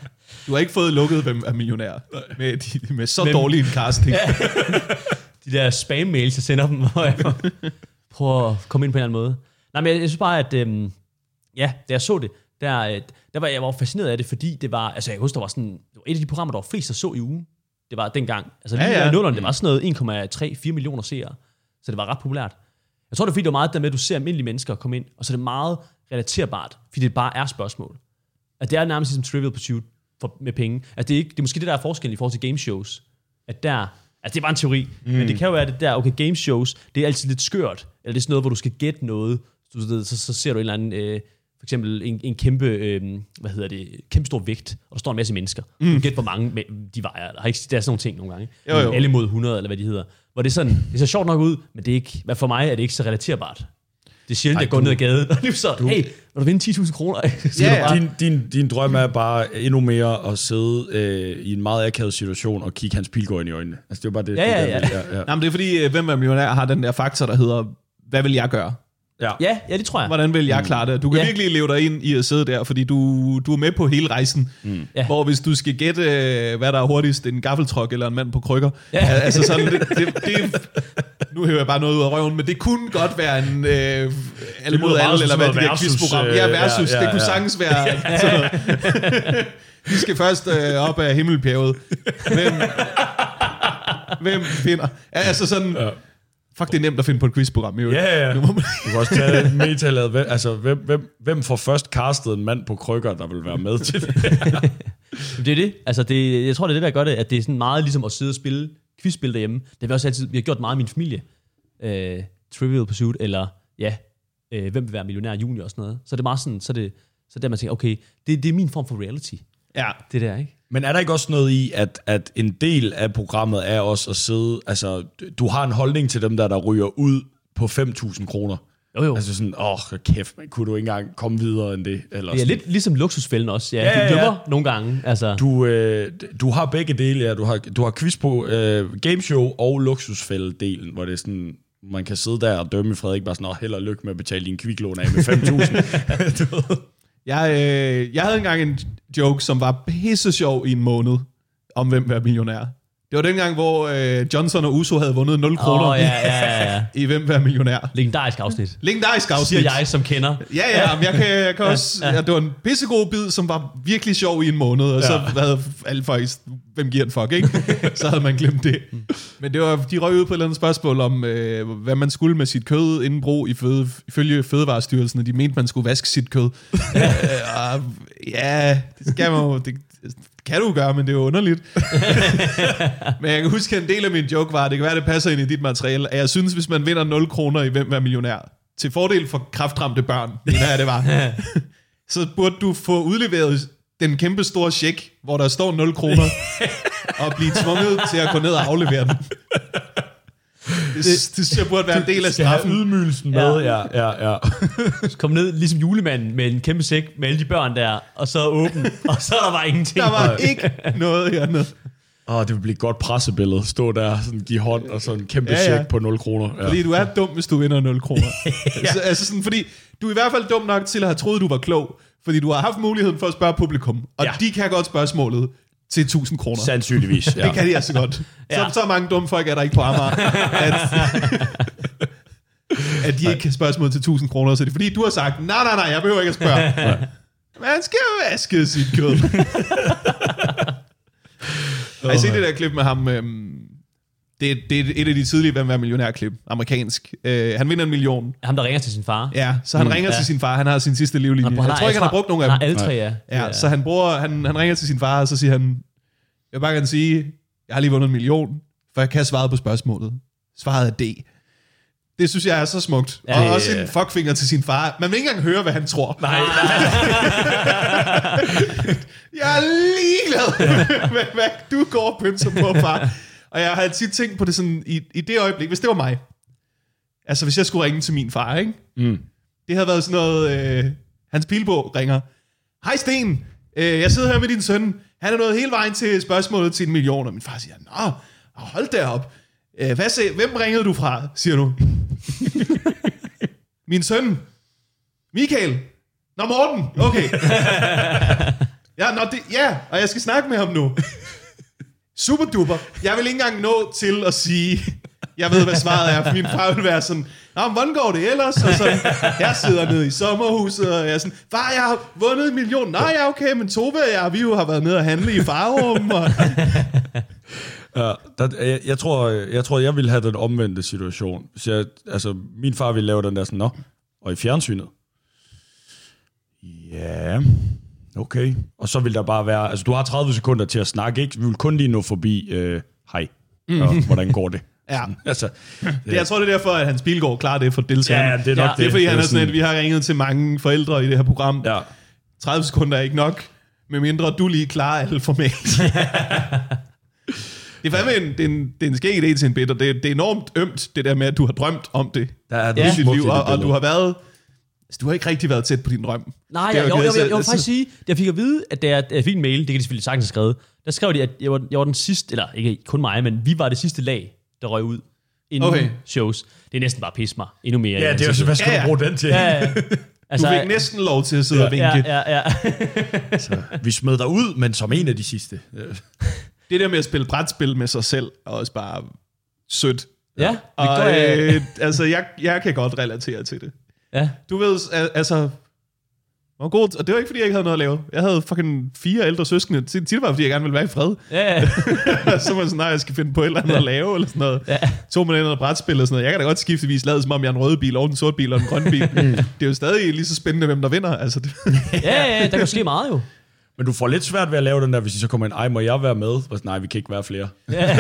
Du har ikke fået lukket, hvem er millionær. Med, de, med så dårlig en casting. De der spam-mails, jeg sender dem, hvor jeg prøver at komme ind på en eller anden måde. Nej, men jeg, jeg synes bare, at øhm, ja, da jeg så det, der, der var jeg var fascineret af det, fordi det var, altså jeg husker, der var sådan, det var et af de programmer, der var flest, der så i ugen. Det var dengang. Altså lige ja, ja. nullerne, det var sådan noget en komma tre fire millioner seere. Så det var ret populært. Jeg tror, det er fordi, det var meget der med, at du ser almindelige mennesker komme ind, og så er det meget relaterbart, fordi det bare er spørgsmål. At det er nærmest ligesom Trivial Pursuit for, med penge. At det, er ikke, det er måske det, der er forskellen i forhold til gameshows. At der, altså det er bare en teori, mm. men det kan jo være, at det der, okay, gameshows, det er altid lidt skørt, eller det er sådan noget, hvor du skal gætte noget, så, så, så ser du en eller anden, øh, for eksempel en, en kæmpe, øh, hvad hedder det, kæmpe stor vægt, og der står en masse mennesker. Mm. Du gætter, hvor mange de vejer. Der er, ikke, der er sådan nogle ting nogle gange. Jo, jo. Alle mod hundrede, eller hvad de hedder. Hvor det er sådan, det ser sjovt nok ud, men det er ikke, hvad for mig er det ikke så relaterbart. Det er sjældent, jeg går ned ad gaden, og lige så, du, hey, vil du vinde ti tusind kroner? Ja, ja. Din, din, din drøm er bare endnu mere at sidde øh, i en meget akavet situation og kigge Hans Pilgaard ind i øjnene. Altså, det er bare det. Ja, ja, ja. Det, der, ja, ja. Jamen, det er fordi, Hvem er millionær har den der faktor, der hedder, hvad vil jeg gøre? Ja, ja, ja det tror jeg. Hvordan vil jeg klare det? Du kan ja. virkelig leve dig ind i at sidde der, fordi du, du er med på hele rejsen. Mm. Ja. Hvor hvis du skal gætte, hvad der er hurtigst, en gaffeltruck eller en mand på krykker. Ja. Altså sådan, det, det, det, nu hører jeg bare noget ud af røven, men det kunne godt være en øh, alle mod alle, eller hvad det der quizprogram. Ja, versus. Ja, ja, ja. Det kunne sagtens være sådan noget. Vi skal først øh, op af himmelbjerget. Hvem, hvem finder? Altså sådan... Ja. Fuck, det er nemt at finde på et quizprogram. Jo. Ja, ja. Du kan også tage meta-ladet. Altså, hvem, hvem, hvem får først castet en mand på krykker, der vil være med til det? Det er det. Altså, det, jeg tror, det er det, der gør det, at det er sådan meget ligesom at sidde og spille quizspil derhjemme. Det har vi også altid, vi har gjort meget i min familie. Uh, Trivial Pursuit, eller ja, uh, hvem vil være millionær junior og sådan noget. Så det er meget sådan, så det, så der man tænker, okay, det, det er min form for reality. Ja. Det der, ikke? Men er der ikke også noget i, at, at en del af programmet er også at sidde, altså, du har en holdning til dem der, der ryger ud på fem tusind kroner? Jo, jo. Altså sådan, åh, oh, kæft, man, kunne du ikke engang komme videre end det? Eller det er lidt ligesom Luksusfælden også, ja. ja du glemmer ja. nogle gange. Altså. Du, øh, du har begge dele, ja. Du har, du har quiz på øh, gameshow og Luksusfælde-delen, hvor det er sådan, man kan sidde der og dømme Frederik bare sådan, åh, held og lykke med at betale din kviklån af med fem tusind. Jeg, øh, jeg havde engang en joke, som var pisse sjov i en måned, om hvem vil være millionær. Det var dengang, hvor øh, Johnson og Uso havde vundet nul kroner oh, ja, ja, ja. i hvem vil være millionær. Legendarisk afsnit. Legendarisk afsnit. Siger jeg, som kender. Ja, ja, men jeg kan, jeg kan også... Ja, ja. Ja, det var en pissegod bid, som var virkelig sjov i en måned, og ja. Så havde alle faktisk, hvem giver en fuck, ikke? Så havde man glemt det. Men det var, de røg ud på et eller andet spørgsmål om, øh, hvad man skulle med sit kød inden brug i føde, ifølge Fødevarestyrelsen, og de mente, man skulle vaske sit kød. øh, og, ja, det skal man jo... Det, kan du gøre, men det er jo underligt. Men jeg kan huske, at en del af min joke var, at det kan være, det passer ind i dit materiale, at jeg synes, hvis man vinder nul kroner i Hvem er millionær, til fordel for kræftramte børn, mener jeg, det var, så burde du få udleveret den kæmpe store check, hvor der står nul kroner, og blive tvunget til at gå ned og aflevere den. Det, det, det synes jeg burde være en del af straffen. Ydmygelsen med, ja, ja, ja. Kom ned ligesom julemanden med en kæmpe sæk med alle de børn der, og så åben, og så der var ingenting. Der var ikke noget hernede. Åh, det ville blive et godt pressebillede. Stå der, sådan give hånd, og sådan en kæmpe ja, ja. check på nul kroner. Ja. Fordi du er dum, hvis du vinder nul kroner. ja. altså, altså sådan, fordi du er i hvert fald dum nok til at have troet, du var klog. Fordi du har haft muligheden for at spørge publikum. Og ja. de kan godt spørgsmålet til tusind kroner. Sandsynligvis, ja. Det kan de altså godt. Ja. Så, så mange dumme folk er der ikke på Amager, at, at de ikke kan spørgsmål til tusind kroner. Så det er fordi, du har sagt, nej, nej, nej, jeg behøver ikke at spørge. Man skal jo vaske sit kød. Har I set det der klip med ham? Øhm, det, det er et af de tidlige Hvem er millionær-klip. Amerikansk. Øh, han vinder en million. Ham, der ringer til sin far. Ja, så han mm, ringer ja. til sin far. Han har sin sidste livlinje. Han, han jeg tror ikke, han har brugt nogen af dem. Han har alle tre, ja. ja. Ja, så han, bruger, han, han ringer til sin far, og så siger han, jeg vil bare gerne sige, jeg har lige vundet en million, for jeg kan svare på spørgsmålet. Svaret er D. Det synes jeg er så smukt. Ja, og ja, også ja. en fuckfinger til sin far. Man vil ikke engang høre, hvad han tror. Nej, nej. Jeg er ligeglad med, hvad du går og pynser på, far. Og jeg har tit tænkt på det sådan, i, i det øjeblik, hvis det var mig. Altså, hvis jeg skulle ringe til min far, ikke? Mm. Det havde været sådan noget, øh, Hans Pilgaard ringer. Hej Sten, øh, jeg sidder her med din søn. Han er nået hele vejen til spørgsmålet til en million. Og min far siger, nå, hold da op. Øh, hvad sagde, hvem ringede du fra, siger du? Min søn. Michael. Nå, Morten. Okay. Ja, nå, det, ja, og jeg skal snakke med ham nu. Super duper. Jeg vil ikke engang nå til at sige, jeg ved, hvad svaret er, for min far vil være sådan, nå, men hvordan går det ellers? Og så, jeg sidder nede i sommerhuset, og jeg er sådan, far, jeg har vundet en million. Nej, ja, okay, men Tove og jeg, vi jo har været nede og handle i Farum. Og... Ja, der, jeg, jeg, tror, jeg tror, jeg ville have den omvendte situation. Hvis jeg, altså, min far ville lave den der sådan, nå, og i fjernsynet. Ja, okay. Og så vil der bare være, altså du har tredive sekunder til at snakke, ikke? Vi vil kun lige nå forbi, øh, hej, mm. og hvordan går det? Ja. Altså, det, jeg tror, det er derfor, at Hans Pilgaard klarer det for deltagerne. Ja, det er nok ja. det. Det er fordi, det han er sådan, sådan... at vi har ringet til mange forældre i det her program. Ja. tredive sekunder er ikke nok, medmindre du lige klarer alt formelt. Det er fandme en, det er en, det er en skæg idé til en bit, og det, det er enormt ømt, det der med, at du har drømt om det. Der er ja. dit liv, og, og du har været... Du har ikke rigtig været tæt på din drøm. Nej, jeg, jeg, jeg, jeg, jeg vil faktisk sige, jeg fik at vide, at da jeg fik en mail, det kan de selvfølgelig sagtens have skrevet, der skrev de, at jeg var, jeg var den sidste, eller ikke kun mig, men vi var det sidste lag, der røg ud inden okay. shows. Det er næsten bare pisse mig endnu mere. Ja, det er jo, hvad skal ja, ja. du bruge den til? Ja, ja. Altså, du fik næsten lov til at sidde ja, og vinke. Ja, ja, ja. Så, vi smed dig ud, men som en af de sidste. Det der med at spille brætspil med sig selv, er også bare sødt. Ja, det og, gør jeg. Øh, altså, jeg, jeg kan godt relatere til det. Ja. Du ved, altså... Var god, og det var ikke, fordi jeg ikke havde noget at lave. Jeg havde fucking fire ældre søskende. Tit var fordi jeg gerne ville være i fred. Ja, ja. Så var jeg sådan, nej, jeg skal finde på et eller andet at lave, eller sådan noget. Ja. To med noget brætspil og sådan noget. Jeg kan da godt skiftevis lade, som om jeg er en rød bil, og en sort bil, og en grøn bil. Det er jo stadig lige så spændende, hvem der vinder. Altså, det. Ja, ja, der kan ske meget jo. Men du får lidt svært ved at lave den der, hvis de så kommer ind, ej, må jeg være med? Og nej, vi kan ikke være flere. Ja.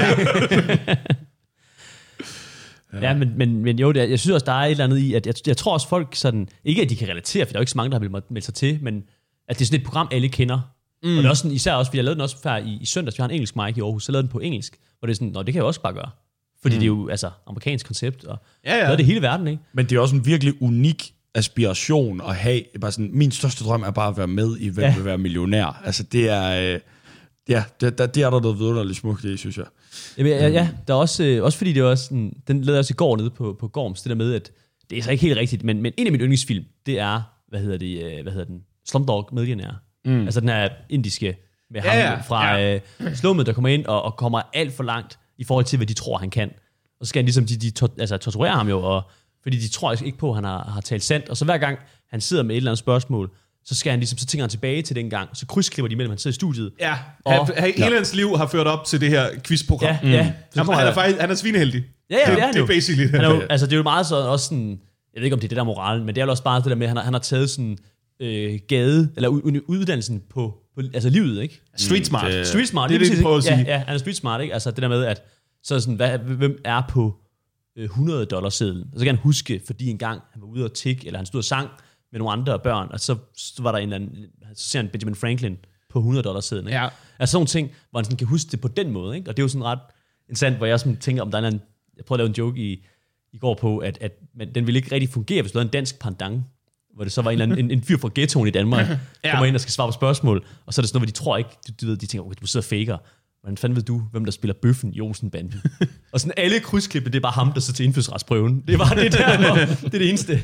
Ja, men, men, men jo, det, jeg synes også, der er et eller andet i, at jeg, jeg tror også folk sådan, ikke at de kan relatere, for der er jo ikke så mange, der har meldt sig til, men at det er sådan et program, alle kender. Mm. Og det er også sådan, især også, fordi jeg lavede den også før i, i søndags, vi har en engelsk mic i Aarhus, så lavede den på engelsk, hvor det er sådan, nå, det kan jeg også bare gøre. Fordi mm. det er jo, altså, amerikansk koncept, og ja, ja. Det er det hele verden, ikke? Men det er også en virkelig unik aspiration at have, bare sådan, min største drøm er bare at være med i, hvem ja. vil være millionær. Altså, det er... Øh, Ja, det, det, det er der noget vidunderligt smukt i, synes jeg. Jamen, ja, ja, der er også, øh, også fordi det er også sådan, den lavede jeg også i går nede på, på Gorms, det der med, at det er så ikke helt rigtigt, men, men en af mine yndlingsfilm, det er, hvad hedder det, øh, hvad hedder den, Slumdog Millionaire. Mm. Altså den her indiske med ja, ham ja, fra ja. øh, slummet, der kommer ind og, og kommer alt for langt i forhold til, hvad de tror, han kan. Og så skal han ligesom, de, de to, altså, torturere ham jo, og, fordi de tror ikke på, at han har, har talt sandt. Og så hver gang han sidder med et eller andet spørgsmål, så skal han ligesom, så tænker han tilbage til den gang, så krydsklipper de mellem, han sidder i studiet. Ja, og, han, hele ja. hans liv har ført op til det her quizprogram. Ja, mm. ja. Han, han, er faktisk, han er svineheldig. Ja, ja, det, det, er det er basically det. Han er jo, altså, det er jo meget så også sådan, jeg ved ikke, om det er det der moralen, men det er jo også bare det der med, at han har, han har taget sådan øh, gade, eller uddannelsen på, på altså livet, ikke? Street smart. Mm, det, street smart, det er det, det, det prøver at sige. Ja, ja, han er street smart, ikke? Altså det der med, at så sådan, hvad, hvem er på øh, hundrede dollar sedlen? Og så kan han huske, fordi en gang han var ude og tikke, eller han stod og sang med nogle andre børn, og så, så var der en eller anden, så ser han Benjamin Franklin på hundrede dollar sedlen, ikke? Ja. Altså sådan nogle ting, hvor han sådan kan huske det på den måde, ikke? Og det er jo sådan ret interessant, hvor jeg sådan tænker, om der er en, jeg prøvede at lave en joke i, i går på, at, at men den ville ikke rigtig fungere, hvis du havde en dansk pendant, hvor det så var en, eller anden, en, en fyr fra ghettoen i Danmark, ja. kommer ind og skal svare på spørgsmål, og så er det sådan noget, hvor de tror ikke, du, du ved, de tænker, okay, du sidder og faker. Hvordan fanden ved du, hvem der spiller bøffen i Olsen-banden? Og sådan alle krydsklippe, det er bare ham, der sidder til indfødsretsprøven. Det var det der, det er det eneste.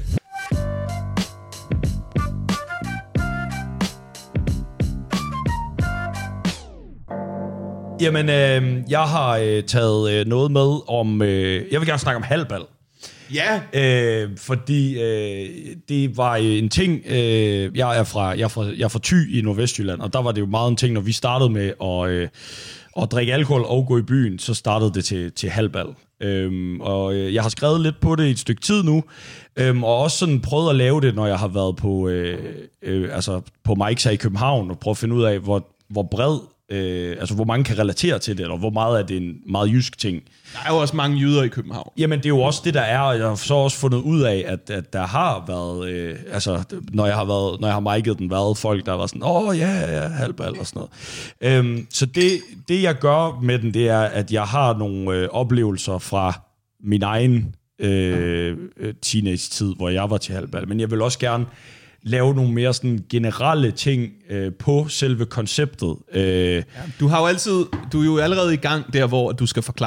Jamen, øh, jeg har øh, taget øh, noget med om... Øh, jeg vil gerne snakke om halbal. Ja. Øh, fordi øh, det var en ting... Øh, jeg, er fra, jeg, er fra, jeg er fra Thy i Nordvestjylland, og der var det jo meget en ting, når vi startede med at, øh, at drikke alkohol og gå i byen, så startede det til, til halbal. Øhm, og øh, jeg har skrevet lidt på det i et stykke tid nu, øhm, og også sådan prøvet at lave det, når jeg har været på, øh, øh, altså på Mike's her i København, og prøve at finde ud af, hvor, hvor bred... Øh, altså hvor mange kan relatere til det, eller hvor meget er det en meget jysk ting. Der er jo også mange jyder i København. Jamen det er jo også det, der er, og jeg har så også fundet ud af, at, at der har været, øh, altså når jeg har været, når jeg har mic'et den, været folk, der var sådan, åh ja, ja, halvbal og sådan noget. Øhm, så det, det jeg gør med den, det er, at jeg har nogle øh, oplevelser fra min egen øh, teenage-tid, hvor jeg var til halvbal, men jeg vil også gerne lave nogle mere sådan generelle ting øh, på selve konceptet. Øh, ja, du har jo altid, du er jo allerede i gang der, hvor du skal forklare det.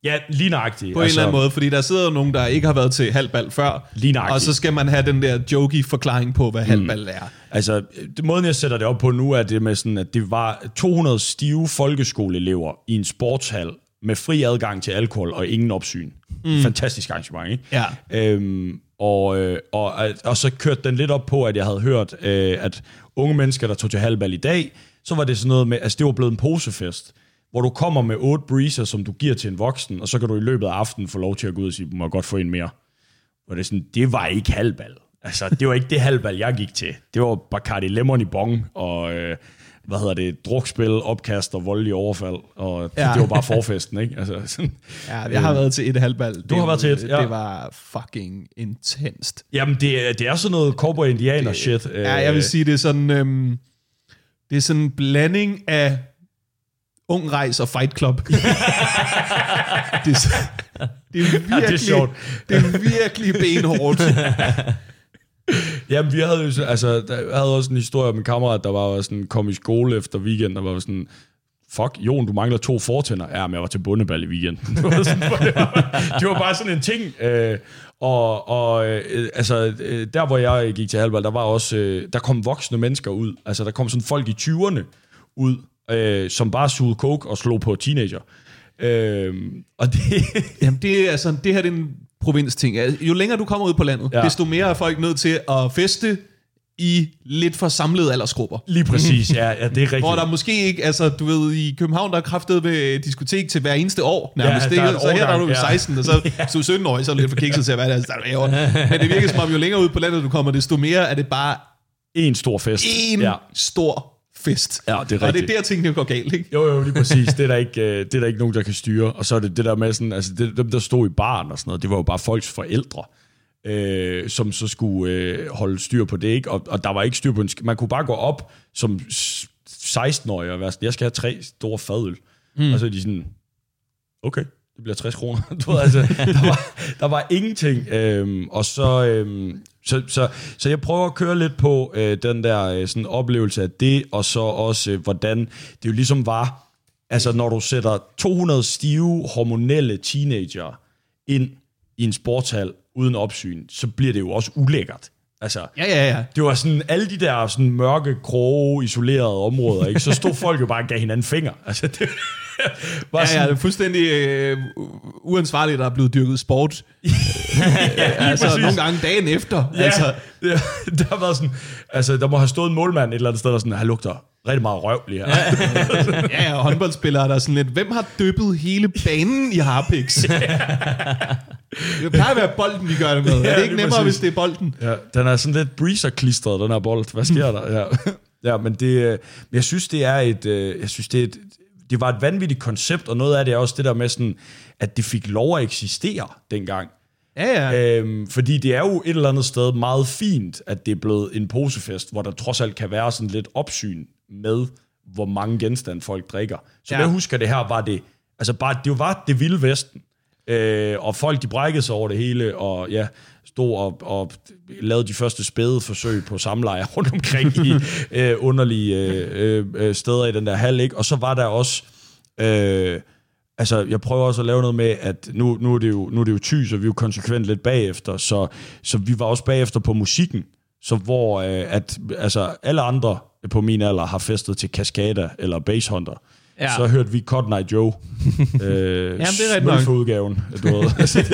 Ja, lige nøjagtigt. På altså, en eller anden måde, fordi der sidder nogen, der ikke har været til halvbal før, lige nøjagtigt. Og så skal man have den der jokey forklaring på, hvad mm. halvbal er. Altså, det måden jeg sætter det op på nu, er det med sådan, at det var to hundrede stive folkeskoleelever i en sportshal med fri adgang til alkohol og ingen opsyn. Mm. Fantastisk arrangement, ikke? Ja. Øhm, og, og, og så kørte den lidt op på, at jeg havde hørt, øh, at unge mennesker, der tog til halvbal i dag, så var det sådan noget med, altså det var blevet en posefest, hvor du kommer med otte breezer, som du giver til en voksen, og så kan du i løbet af aftenen få lov til at gå ud og sige, du må godt få en mere. Og det er sådan, det var ikke halvbal. Altså, det var ikke det halvbal, jeg gik til. Det var Bacardi Lemon i bong, og øh, hvad hedder det, drukspil, opkast og voldelig overfald, og ja. Det var bare forfesten, ikke? Altså, sådan, ja, jeg har øh, været til et halvbal. Du det, har været til et, ja. Det var fucking intenst. Jamen, det, det er sådan noget cowboy-indianer-shit. Ja, jeg vil sige, det er sådan, øhm, det er sådan en blanding af Ung Rejs og Fight Club. det, er, det er virkelig, ja, det er sjovt. Det er virkelig benhårdt. Jamen, vi havde jo, altså, der havde også en historie om en kammerat, der var sådan, kom i skole efter weekend, der var sådan, fuck, Jon, du mangler to fortænder. Ja, men jeg var til bundebal i weekenden. Det var, sådan, det var, det var bare sådan en ting. Øh, og og øh, altså, der hvor jeg gik til halvbal, der var også, øh, der kom voksne mennesker ud. Altså, der kom sådan folk i tyverne ud, øh, som bare sugede coke og slog på teenager. Øh, og det... Jamen, det er altså, det her det er en provinsting. Jo længere du kommer ud på landet, ja. desto mere er folk nødt til at feste i lidt for samlede aldersgrupper. Lige præcis, ja, ja, det er rigtigt. Hvor der måske ikke, altså du ved, i København, der er kraftet ved diskotek til hver eneste år. Nærmest. Ja, det, så her der er du ja. seksten, og så ja. så sytten år, så er du lidt for kikset til at være der. der laver. Men det virker som om, jo længere ud på landet du kommer, desto mere er det bare en stor fest. En ja. stor fest. Ja, det er rigtigt. Og det er der, tingene går galt, ikke? Jo, jo, lige præcis. Det er der ikke, det er der ikke nogen, der kan styre. Og så er det det der med sådan, altså det, dem, der stod i baren og sådan noget, det var jo bare folks forældre, øh, som så skulle øh, holde styr på det, ikke? Og, og der var ikke styr på en sk- man kunne bare gå op som seksten-årig og være sådan, jeg skal have tre store fadøl. Mm. Og så er de sådan, okay, det bliver tres kroner. Du ved, altså, der, var, der var ingenting. Øhm, og så, øhm, så, så, så jeg prøver at køre lidt på øh, den der øh, sådan oplevelse af det, og så også, øh, hvordan det jo ligesom var, altså når du sætter to hundrede stive, hormonelle teenager ind i en sportshal uden opsyn, så bliver det jo også ulækkert. Altså, ja, ja, ja. Det var sådan, alle de der sådan mørke, kroge, isolerede områder, ikke? Så stod folk jo bare og gav hinanden fingre. Altså, det var ja, sådan, ja, det er fuldstændig øh, uansvarligt, der er blevet dyrket sport. ja, altså, præcis. Nogle gange dagen efter. Ja, altså. ja, der har været sådan, altså, der må have stået en målmand et eller andet sted, der sådan, han lugter rigtig meget røv lige her. ja, ja, og håndboldspillere, der er sådan lidt, hvem har dyppet hele banen i Harpix? Det plejer at være bolden, vi gør det med. Ja, er det ikke det nemmere, præcis. Hvis det er bolden? Ja, den er sådan lidt breezer-klistret, den her bold. Hvad sker der? Ja, ja men det, jeg synes, det er et, jeg synes, det er et, det var et vanvittigt koncept, og noget af det er også det der med sådan, at det fik lov at eksistere dengang. Ja, ja. Øhm, fordi det er jo et eller andet sted meget fint, at det er blevet en posefest, hvor der trods alt kan være sådan lidt opsyn med, hvor mange genstande folk drikker. Så ja. Jeg husker, det her var det, altså bare, det var det vilde vesten. Øh, og folk, de brækkede sig over det hele, og ja, stod og, og lavede de første spæde forsøg på samleje rundt omkring i øh, underlige øh, øh, steder i den der hal, ikke? Og så var der også, øh, altså jeg prøver også at lave noget med, at nu, nu, er, det jo, nu er det jo Thy, så vi er jo konsekvent lidt bagefter, så, så vi var også bagefter på musikken, så hvor øh, at, altså, alle andre på min alder har festet til Cascada eller Basshunter. Ja. Så hørte vi Cotton Eye Joe. øh, Jamen, det er ret nok. Smølfe-udgaven, du ved.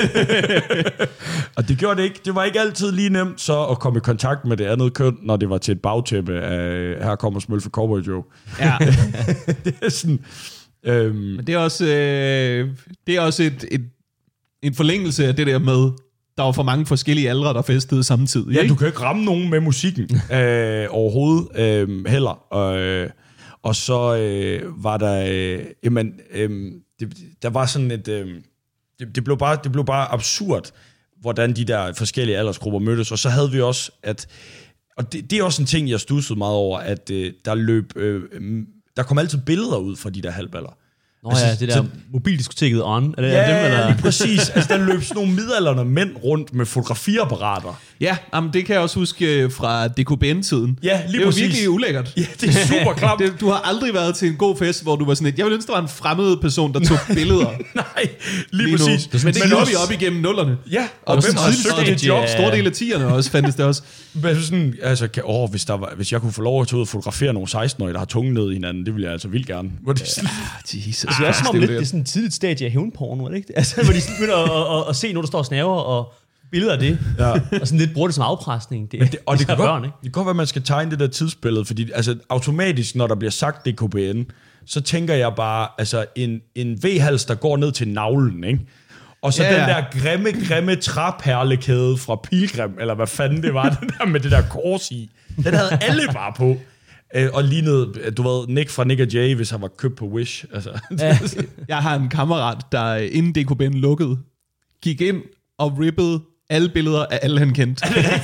Og det gjorde det ikke. Det var ikke altid lige nemt så at komme i kontakt med det andet køn, når det var til et bagtæppe af, her kommer Smølfe Cowboy Joe. Ja. Det er sådan... Øhm, Men det er også, øh, det er også et, et, en forlængelse af det der med, der var for mange forskellige aldre, der festede samtidig. Ja, ikke? du kan ikke ramme nogen med musikken øh, overhovedet øh, heller. Øh, Og så øh, var der, øh, jamen, øh, det, der var sådan et, øh, det, det, blev bare, det blev bare absurd, hvordan de der forskellige aldersgrupper mødtes. Og så havde vi også, at, og det, det er også en ting, jeg studsede meget over, at øh, der løb, øh, der kom altid billeder ud fra de der halvballer. Nå altså, ja, det der så, mobildiskoteket On. Er det ja, dem, eller? lige præcis. Altså, der løb sådan nogle midaldrende mænd rundt med fotografiapparater. Ja, jamen, det kan jeg også huske fra D K B N-tiden. Ja, lige det var præcis. virkelig ulækkert. Ja, det er super klamt. det, du har aldrig været til en god fest, hvor du var sådan et, jeg ville ønske, der var en fremmed person, der tog billeder. Nej, lige, lige præcis. Det men det gjorde vi op igennem nullerne. Ja, og, og, og hvem har søgt søgt det job? Stor del af tierne også fandtes det også. Men sådan, altså, kan, åh, hvis, der var, hvis jeg kunne få lov at tage ud og fotografere nogle seksten-årige, der har tungen ned i hinanden, det ville jeg altså vildt gerne. Hvor det sådan, ah, Jesus. Det er også som om lidt, det er sådan et tidligt stadie af hævnporno, er det ikke? Altså, hvor de sådan begynder at, at, at se nogen, der står og snaver, og billeder af det, ja. Og sådan lidt bruger det som afpresning. Det, det, og det kan, børn, godt, det kan godt være, at man skal tegne det der tidsbillede, fordi altså, automatisk, når der bliver sagt D K B N, så tænker jeg bare, altså en, en V-hals, der går ned til navlen, ikke? Og så ja, den ja. der grimme, grimme træperlekæde fra Pilgrim, eller hvad fanden det var, den der med det der kors i. Den havde alle bare på. Og lignede, du ved, Nick fra Nick og Jay, hvis han var købt på Wish. Altså. Ja. Jeg har en kammerat, der inden D K B N lukkede, gik ind og rippede alle billeder af alle, han kendte.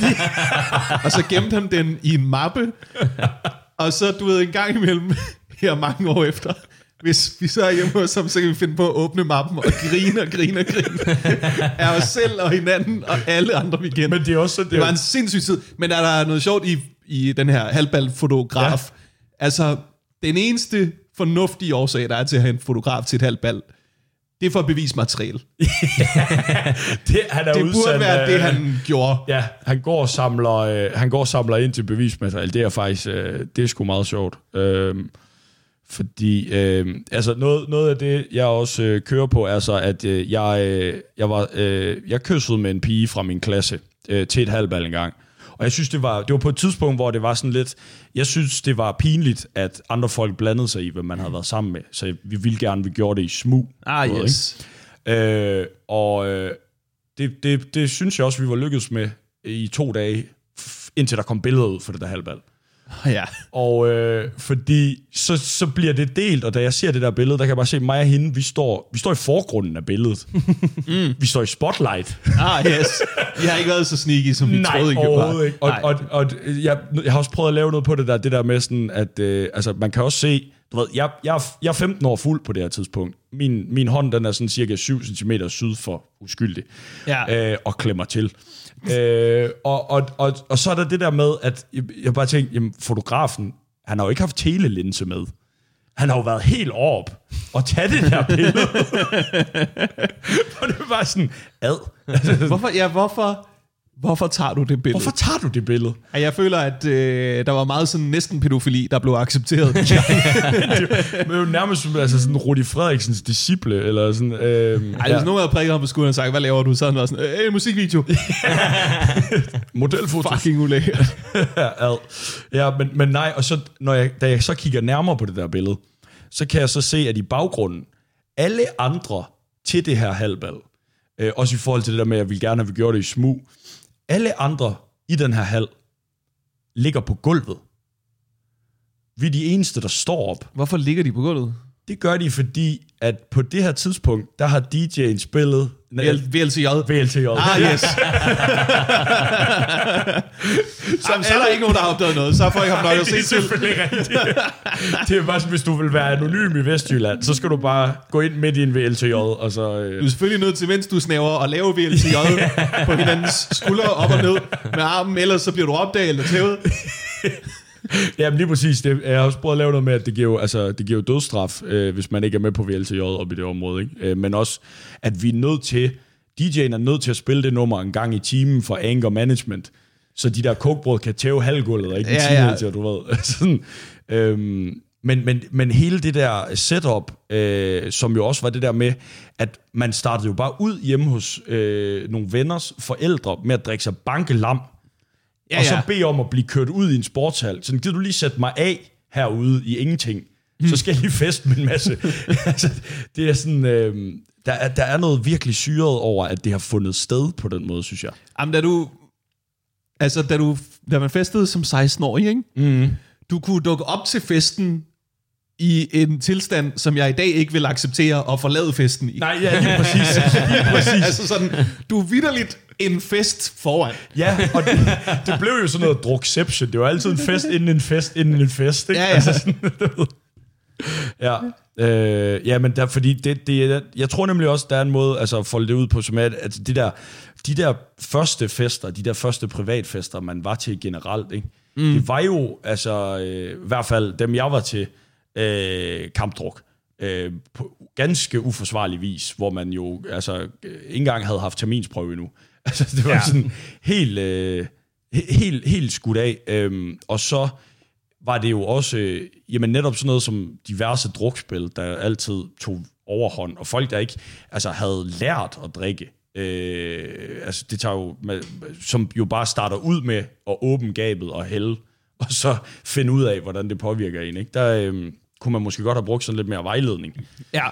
Og så gemte han den i en mappe. Og så, du ved, en gang imellem, her mange år efter, hvis vi så er hjemme hos ham, så kan vi finde på at åbne mappen og grine og grine og grine af os selv og hinanden og alle andre, vi kender. Men det er også det. Det var en sindssyg tid. Men er der noget sjovt i, i den her halvbal-fotograf? Ja. Altså, den eneste fornuftige årsag, der er til at have en fotograf til et halvbal, det er for at bevise materiale. det han er det udsat, burde være det, han gjorde. Ja, han går og samler, øh, han går og samler ind til bevismateriale. Det er faktisk, øh, det er sgu meget sjovt. Øh, Fordi, øh, altså noget, noget af det, jeg også øh, kører på, er så, at øh, jeg, øh, jeg, var, øh, jeg kyssede med en pige fra min klasse øh, til et halvbal en gang. Og jeg synes, det var, det var på et tidspunkt, hvor det var sådan lidt, jeg synes, det var pinligt, at andre folk blandede sig i, hvad man havde været sammen med. Så vi ville gerne, vi gjorde det i smug. Ah, måde, yes. Øh, og øh, det, det, det synes jeg også, vi var lykkedes med i to dage, indtil der kom billeder ud for det der halvbal. Ja. Og øh, fordi så, så bliver det delt, og da jeg ser det der billede, der kan jeg bare se mig og hende, vi står, vi står i forgrunden af billedet. mm. Vi står i spotlight. Ah, yes. I har ikke været så sneaky, som vi Nej, troede, I overhovedet ikke. Og, og, og, og jeg, jeg har også prøvet at lave noget på det der, det der med sådan, at øh, altså, man kan også se, du ved, jeg, jeg, jeg er femten år fuld på det her tidspunkt. Min, min hånd, den er sådan cirka syv centimeter syd for uskyldig. Ja. Øh, og klemmer til. øh, og, og, og, og så er der det der med, at jeg, jeg bare tænkte, jamen, fotografen, han har jo ikke haft telelinse med. Han har jo været helt op og tage det der billede. Og det var sådan, ad. Hvorfor, ja, hvorfor, hvorfor tager du det billede? Hvorfor tager du det billede? Jeg føler, at øh, der var meget sådan næsten pædofili, der blev accepteret. Men jo nærmest altså sådan Rudi Frederiksens disciple, eller sådan... Øh, Ej, hvis ja. nogen havde prikket ham på skulderen og sagt, hvad laver du? Så havde han været sådan, øh, musikvideo. Modelfoto. Fucking ulækkert. Ja, men, men nej, og så, når jeg, da jeg så kigger nærmere på det der billede, så kan jeg så se, at i baggrunden, alle andre til det her halvbal, øh, også i forhold til det der med, at jeg ville gerne have gjort det i smug, alle andre i den her hal ligger på gulvet. Vi er de eneste, der står op. Hvorfor ligger de på gulvet? Det gør de, fordi at på det her tidspunkt, der har D J'en spillet... V L T J. V L T J. Ah, yes. så, Jamen, så er der ikke nogen, der har opdaget noget. Så har folk haft nok at se til. Det er selvfølgelig rigtigt. Det er bare sådan, hvis du vil være anonym i Vestjylland, så skal du bare gå ind midt i en V L T J, og så... Øh... Du er selvfølgelig nødt til, mens du snæver, og lave V L T J på hinandens skuldre op og ned med armen, ellers så bliver du opdaget eller tævet. Jamen lige præcis. Det, jeg har også prøvet at lave noget med, at det giver jo, altså, det giver jo dødsstraf, øh, hvis man ikke er med på V L T J op i det område. Ikke? Øh, men også, at vi er nødt til, D J'en er nødt til at spille det nummer en gang i timen for anger management, så de der cokebrød kan tæve halvgulvet, og ikke ja, ja. Teenager, du ved. Sådan, øhm, men, men, men hele det der setup, øh, som jo også var det der med, at man startede jo bare ud hjemme hos øh, nogle venners forældre med at drikke sig bankelam, ja, og så ja. bede om at blive kørt ud i en sportshal. Så gider du lige sætte mig af herude i ingenting, mm. så skal jeg lige feste med en masse. Altså, det er sådan, øh, der, er, der er noget virkelig syret over, at det har fundet sted på den måde, synes jeg. Jamen, da du, altså, da du, da man festede som seksten-årig, ikke? Mm. Du kunne dukke op til festen i en tilstand, som jeg i dag ikke vil acceptere og forlade festen i. Nej, ja, lige præcis. Lige præcis. Altså sådan, du er vitterligt en fest foran. Ja, og det, det blev jo sådan noget drukception. Det var altid en fest inden en fest inden en fest, ikke? Ja, ja. Altså sådan, Ja, øh, ja, men der, fordi det, det, jeg tror nemlig også, der er en måde altså, at folde det ud på, som er, at de der, de der første fester, de der første privatfester, man var til generelt, ikke? Mm. Det var jo, altså, øh, i hvert fald dem, jeg var til, øh, kampdruk. Øh, på ganske uforsvarlig vis, hvor man jo altså, ikke engang havde haft terminsprøve endnu. Altså, det var ja. sådan helt, øh, helt, helt skudt af. Øhm, og så var det jo også, øh, jamen netop sådan noget som diverse drukspil, der altid tog overhånd, og folk, der ikke altså, havde lært at drikke. Øh, altså, det tager jo, med, som jo bare starter ud med at åbne gabet og hælde, og så finde ud af, hvordan det påvirker en. Ikke? Der øh, kunne man måske godt have brugt sådan lidt mere vejledning. Ja.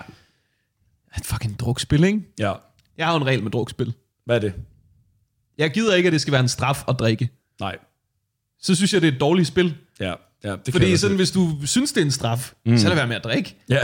Et fucking drukspil, ikke? Ja. Jeg har jo en regel med drukspil. Hvad er det? Jeg gider ikke, at det skal være en straf at drikke. Nej. Så synes jeg, det er et dårligt spil. Ja. Ja, det Fordi sådan, hvis du synes, det er en straf, mm. så lad være med at drikke. Ja.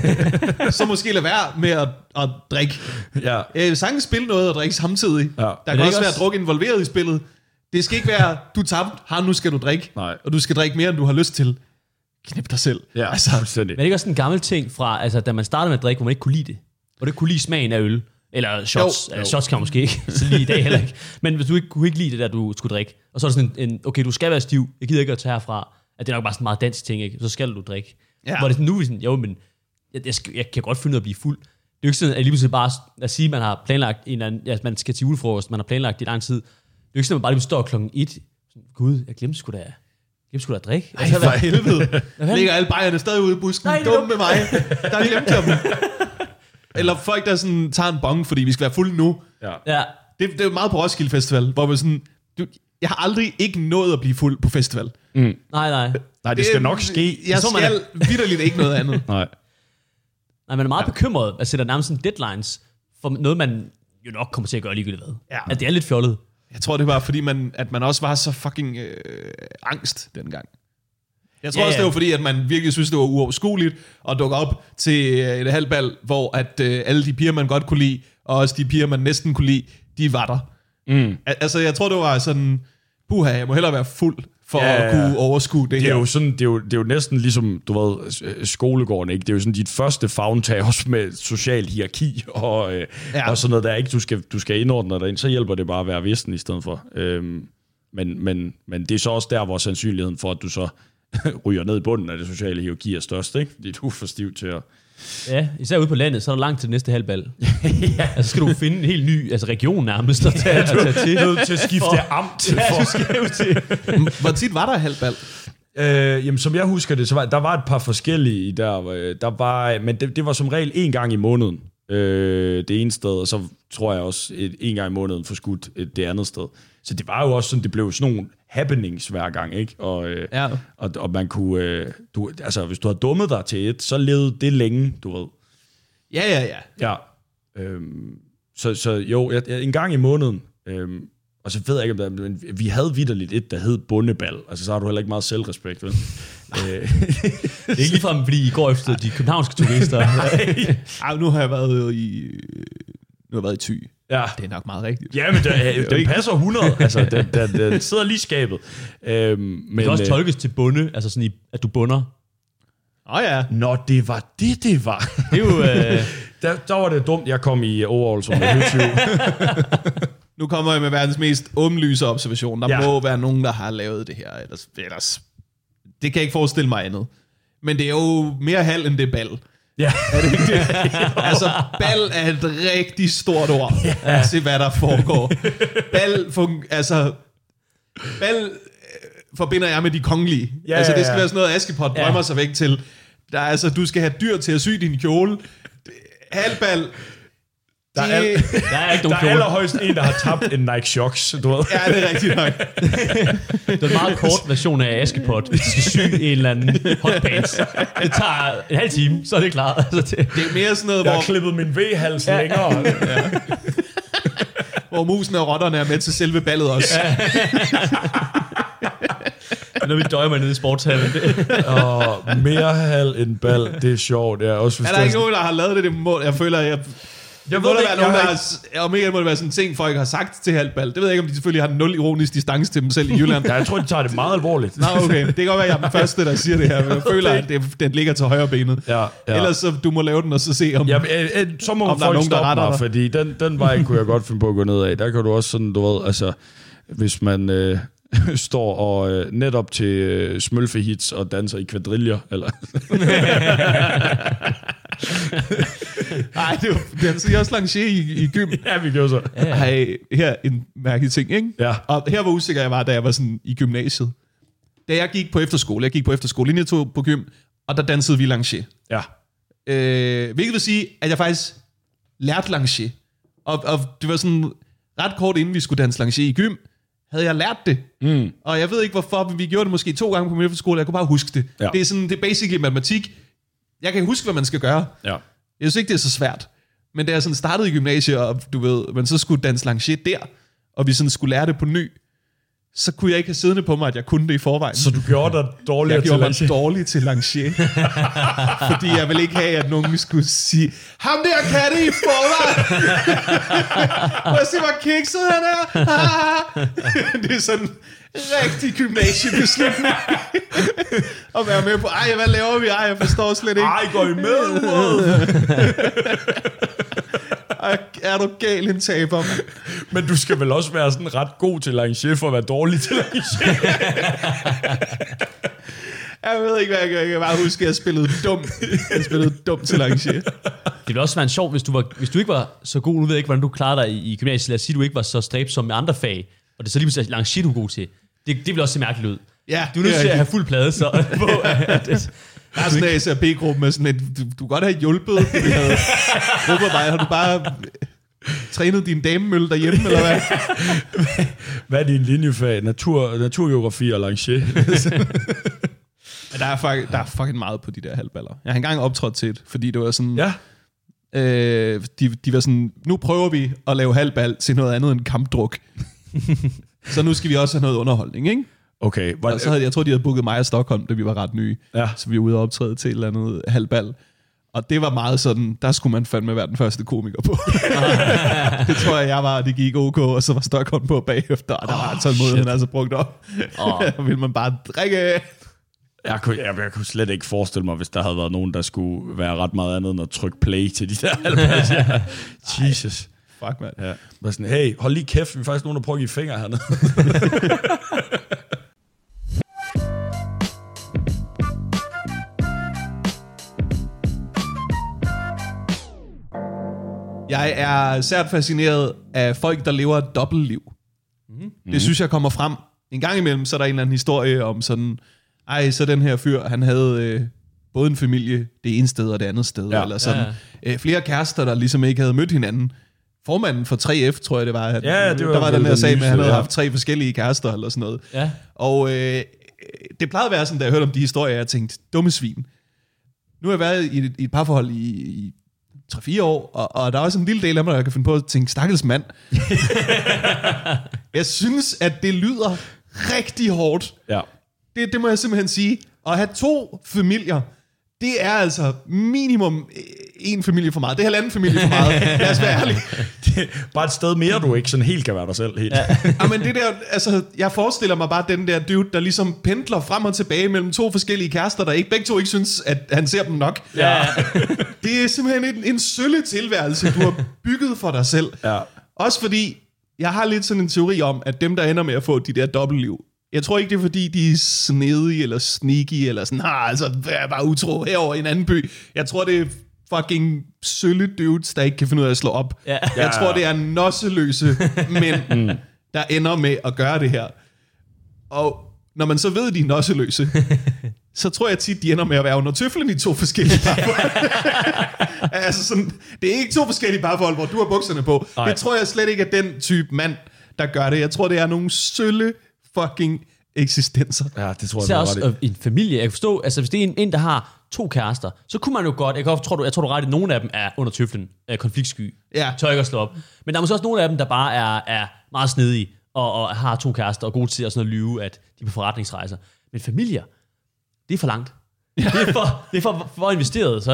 Så måske lad være med at, at drikke. Ja. Øh, sagtens spille noget og drikke samtidig. Ja. Der Men kan også også være druk involveret i spillet. Det skal ikke være, du tabte, her nu skal du drikke. Nej. Og du skal drikke mere, end du har lyst til. Knip dig selv. Ja, altså. fuldstændig. Men det er ikke også en gammel ting fra, altså, da man startede med at drikke, hvor man ikke kunne lide det. Hvor det ikke kunne lide smagen af øl. Eller shots. Jo, jo. Shots kan man måske ikke, så lige i dag heller ikke. Men hvis du ikke kunne ikke lide det der, du skulle drikke. Og så er det sådan en, en okay, du skal være stiv. Jeg gider ikke at tage herfra. At det er nok bare sådan en meget dansk ting, ikke? Så skal du drikke. Ja. Hvor det er sådan, nu er sådan, jo, men jeg, jeg, skal, jeg kan godt finde ud af at blive fuld. Det er jo ikke sådan, at lige pludselig bare, at sige, at man har planlagt en eller anden, ja, man skal til julefrokost, man har planlagt i lang tid. Det er jo ikke sådan, at man bare lige står klokken et. Sådan, Gud, jeg glemte sgu da, jeg glemte sgu da at drikke. Ej, for helvede. Ligger alle bajerne stadig ude i busken. Nej, dumme med mig. Der glemte jeg dem. Eller folk, der sådan tager en bong, fordi vi skal være fulde nu. Ja. Ja. Det, det er jo meget på Roskilde Festival, hvor man sådan, du, jeg har aldrig ikke nået at blive fuld på festival. Mm. Nej, nej. Nej, det skal nok ske. Jeg skal man... vitterligt ikke noget andet. Nej. Nej, man er meget ja. bekymret at sætte nærmest sådan deadlines for noget, man jo nok kommer til at gøre ligegyldigt hvad. Ja. At det er lidt fjollet. Jeg tror, det var, fordi man, at man også var så fucking øh, angst dengang. Jeg tror ja, også, ja. det var fordi, at man virkelig synes, det var uoverskueligt at dukke op til et halvbal, hvor at øh, alle de piger, man godt kunne lide, og også de piger, man næsten kunne lide, de var der. Mm. Al- altså, jeg tror, det var sådan, puha, jeg må hellere være fuld, for ja, at kunne overskue det, det her. Er jo sådan, det, er jo, det er jo næsten ligesom, du ved, skolegården, ikke? Det er jo sådan dit første favntag, også med social hierarki, og, øh, ja. og sådan noget der, ikke? Du skal, du skal indordne dig ind, så hjælper det bare at være visten i stedet for. Øhm, men, men, men det er så også der, hvor sandsynligheden for, at du så ryger ned i bunden af det sociale hierarki er størst, ikke? Fordi du er for stiv til at... Ja, især ude på landet, så er der langt til det næste halvbal. Ja. Altså skal du finde en helt ny altså region nærmest at tage, du, at tage til. Du til at skifte for, amt. Ja, for. Du skal jo til. Hvor tit var der halvbal? Øh, jamen, som jeg husker det, så var der var et par forskellige der. Der var, men det, det var som regel en gang i måneden. Øh, det ene sted, og så tror jeg også et, en gang i måneden forskudt et, det andet sted. Så det var jo også sådan, det blev sådan nogle happenings hver gang, ikke? Og, øh, ja. og, og man kunne, øh, du, altså hvis du har dummet dig til et, så levede det længe, du ved. Ja, ja, ja. Ja. Øhm, så, så jo, jeg, en gang i måneden, øhm, og så ved jeg ikke, om det, men vi havde vitterligt et, der hed bundebal. Altså, så har du heller ikke meget selvrespekt, vel? øh, det er ikke ligefrem, fordi I går efter de københavnske turister. Ej, nu har jeg været i... Nu har jeg været i Thy. Ja. Det er nok meget rigtigt. Ja, men den, den passer hundrede. Altså, den, den, den sidder lige i skabet. Øhm, men, det kan også øh, tolkes til bunde, altså sådan, i, at du bunder. Åh oh, ja. Nå, det var det, det var. Det er jo... Øh... der, der var det dumt, jeg kom i overall som en højtyv. Nu kommer jeg med verdens mest åbenlyse observation. Der ja. må være nogen, der har lavet det her. Ellers, ellers, det kan jeg ikke forestille mig andet. Men det er jo mere halv, end det er bal. Ja. Er det ikke det? Altså, bal er et rigtig stort ord ja. til, hvad der foregår. Bal, fun- altså, bal forbinder jeg med de kongelige. Ja, altså, det skal ja, ja. være sådan noget, Askepot drømmer ja. sig væk til. Der er, altså, du skal have dyr til at sy din kjole. Halvbal... Der er, de, der er ikke nogen der er allerhøjst en, der har tabt en Nike Shox, du ved. Ja, det er rigtigt nok. Det er en meget kort version af Askepot, hvis de skal sy en eller anden hotpants. Det tager en halv time, så er det klart. Altså, det, det er mere sådan noget, jeg hvor... Jeg har klippet min V-hals ja. længere. Ja. Hvor musen og rotterne er med til selve ballet også. Ja. Når vi døjer mig nede i sportshallen. Åh, mere halv end bal, det er sjovt. Jeg også er der ikke nogen, der har lavet det, det mål? Jeg føler, at jeg... Jeg må der være nogen, der har, om ikke må det være sådan en ting, folk har sagt til halvbal. Det ved jeg ikke, om de selvfølgelig har nul ironisk distance til dem selv i Jylland. Ja, jeg tror, de tager det meget alvorligt. Nå, okay. Det kan godt være, at jeg er den første, der siger det her. Men jeg føler, at det, den ligger til højre benet. Ja, ja. Ellers så du må lave den og så se, om, ja, øh, øh, så må om folk der er nogen, der stoppe retter mig, fordi den, den vej kunne jeg godt finde på at gå ned af. Der kan du også sådan, du ved, altså, hvis man øh, står og øh, netop til øh, smølfehits og danser i kvadriller, eller... Nej, det var, den siger også Lanché i, i gym. Ja, vi gjorde så. Ja. Ej, her en mærkelig ting, ikke? Ja. Og her var usikker jeg var, da jeg var sådan i gymnasiet. Da jeg gik på efterskole, jeg gik på efterskole, linje to på gym, og der dansede vi Lanché. Ja. Øh, hvilket vil sige, at jeg faktisk lærte Lanché. Og, og det var sådan ret kort inden vi skulle danse Lanché i gym, havde jeg lært det. Mm. Og jeg ved ikke hvorfor, men vi gjorde det måske to gange på min efterskole, jeg kunne bare huske det. Ja. Det er sådan, det er basically matematik. Jeg kan huske, hvad man skal gøre. Ja. Jeg synes ikke, det er så svært. Men da jeg sådan startede i gymnasiet, og du ved, man så skulle danse Lanché der, og vi sådan skulle lære det på ny, så kunne jeg ikke have siddende på mig, at jeg kunne det i forvejen. Så du gjorde dig dårligere til Lanché? Jeg gjorde mig dårlig til Lanché. Fordi jeg ville ikke have, at nogen skulle sige, ham der kan det i forvejen. Må jeg se, hvor kikset han er? Det er sådan rigtig gymnasiebeslutning. At være med på, ej, hvad laver vi? Ej, jeg forstår slet ikke. Ej, går I med? Ej, er du gal en taber, man? Men du skal vel også være sådan ret god til Lanché for at være dårlig til Lanché. Jeg ved ikke, hvad jeg gør. Jeg kan bare huske, at jeg spillede dum. Jeg spillede dum til Lanché. Det ville også være en sjov, hvis du, var, hvis du ikke var så god. Nu ved jeg ikke, hvordan du klarede dig i, i gymnasiet. Lad os sige, at du ikke var så stræbt som med andre fag. Og det er så lige pludselig Lanché, du er god til. Det, det vil også se mærkeligt ud. Ja, du er nødt til at have fuld plade, så... På, at, der er sådan en S R P-gruppe med sådan et... Du, du godt have hjulpet, vi havde gruppearbejde. Har du bare trænet din damemølle derhjemme, eller hvad? Hvad er din linjefag? Natur, naturgeografi og Lanché. Men der er, fucking, der er fucking meget på de der halvballer. Jeg har engang optrådt til et, fordi det var sådan... Ja. Øh, de, de var sådan, nu prøver vi at lave halvbal til noget andet end kampdruk. Så nu skal vi også have noget underholdning, ikke? Okay. Var, og så havde, jeg tror, de havde booket mig og Stockholm, da vi var ret nye. Ja. Så vi var ude og optræde til et eller andet halvbal. Og det var meget sådan, der skulle man fandme være den første komiker på. Det tror jeg, jeg var, det gik ok, og så var Stockholm på bagefter, og der oh, var tålmodigheden altså brugt op. Oh. Der ville man bare drikke. Jeg kunne, jeg, jeg kunne slet ikke forestille mig, hvis der havde været nogen, der skulle være ret meget andet end at trykke play til de der halvbals. Ja. Jesus. Fuck, man. Ja. Bare sådan, hey, hold lige kæft, vi er faktisk nogen, der prøver at give fingre hernede. Jeg er sært fascineret af folk, der lever et dobbeltliv. Mm-hmm. Det synes jeg kommer frem. En gang imellem, så er der en eller anden historie om sådan, ej, så den her fyr, han havde øh, både en familie det ene sted og det andet sted, ja. Eller sådan. Ja. Øh, flere kærester, der ligesom ikke havde mødt hinanden. Formanden for tre F, tror jeg det var. Han, ja, det var der var den her sag med, at han havde ja. haft tre forskellige kærester eller sådan noget. Ja. Og øh, det plejede at være sådan, da jeg hørte om de historier, jeg tænkte, dumme svin. Nu har jeg været i et, i et parforhold i, i tre fire år, og, og der er også en lille del af mig, der kan finde på at tænke, stakkels mand. Jeg synes, at det lyder rigtig hårdt. Ja. Det, det må jeg simpelthen sige. At have to familier, det er altså minimum en familie for meget. Det er halvanden familie for meget. Lad os være ærlige. Det er bare et sted mere, du ikke sådan helt kan være dig selv. Helt. Ja. Ja, men det der, altså, jeg forestiller mig bare den der dude, der ligesom pendler frem og tilbage mellem to forskellige kærester, der ikke begge to ikke synes, at han ser dem nok. Ja. Det er simpelthen en, en sølle tilværelse, du har bygget for dig selv. Ja. Også fordi, jeg har lidt sådan en teori om, at dem, der ender med at få de der dobbeltliv, jeg tror ikke, det er fordi, de er snedige eller sneaky, eller sådan, ah, altså, jeg er bare utro herover i en anden by. Jeg tror, det er fucking sølle dudes, der ikke kan finde ud af at slå op. Ja. Jeg tror, det er nosseløse mænd, mm. der ender med at gøre det her. Og når man så ved, at de er nosseløse, så tror jeg tit, de ender med at være under tøflen i to forskellige parforhold. Altså sådan, det er ikke to forskellige parforhold, hvor du har bukserne på. Ej. Det tror jeg slet ikke er den type mand, der gør det. Jeg tror, det er nogle sølle fucking eksistenser. Ja, det tror jeg, så også øh, en familie. Jeg kan forstå, altså hvis det er en, en, der har to kærester, så kunne man jo godt, jeg, kan, tror, du, jeg tror du ret, at nogle af dem er under tøflen, er konfliktsky, ja. Tør ikke at slå op. Men der er måske også nogle af dem, der bare er, er meget snedige, og, og har to kærester, og gode til at, sådan at lyve, at de er på forretningsrejser. Men familier, det er for langt. Ja. Det er for, det er for, for investeret, så ikke?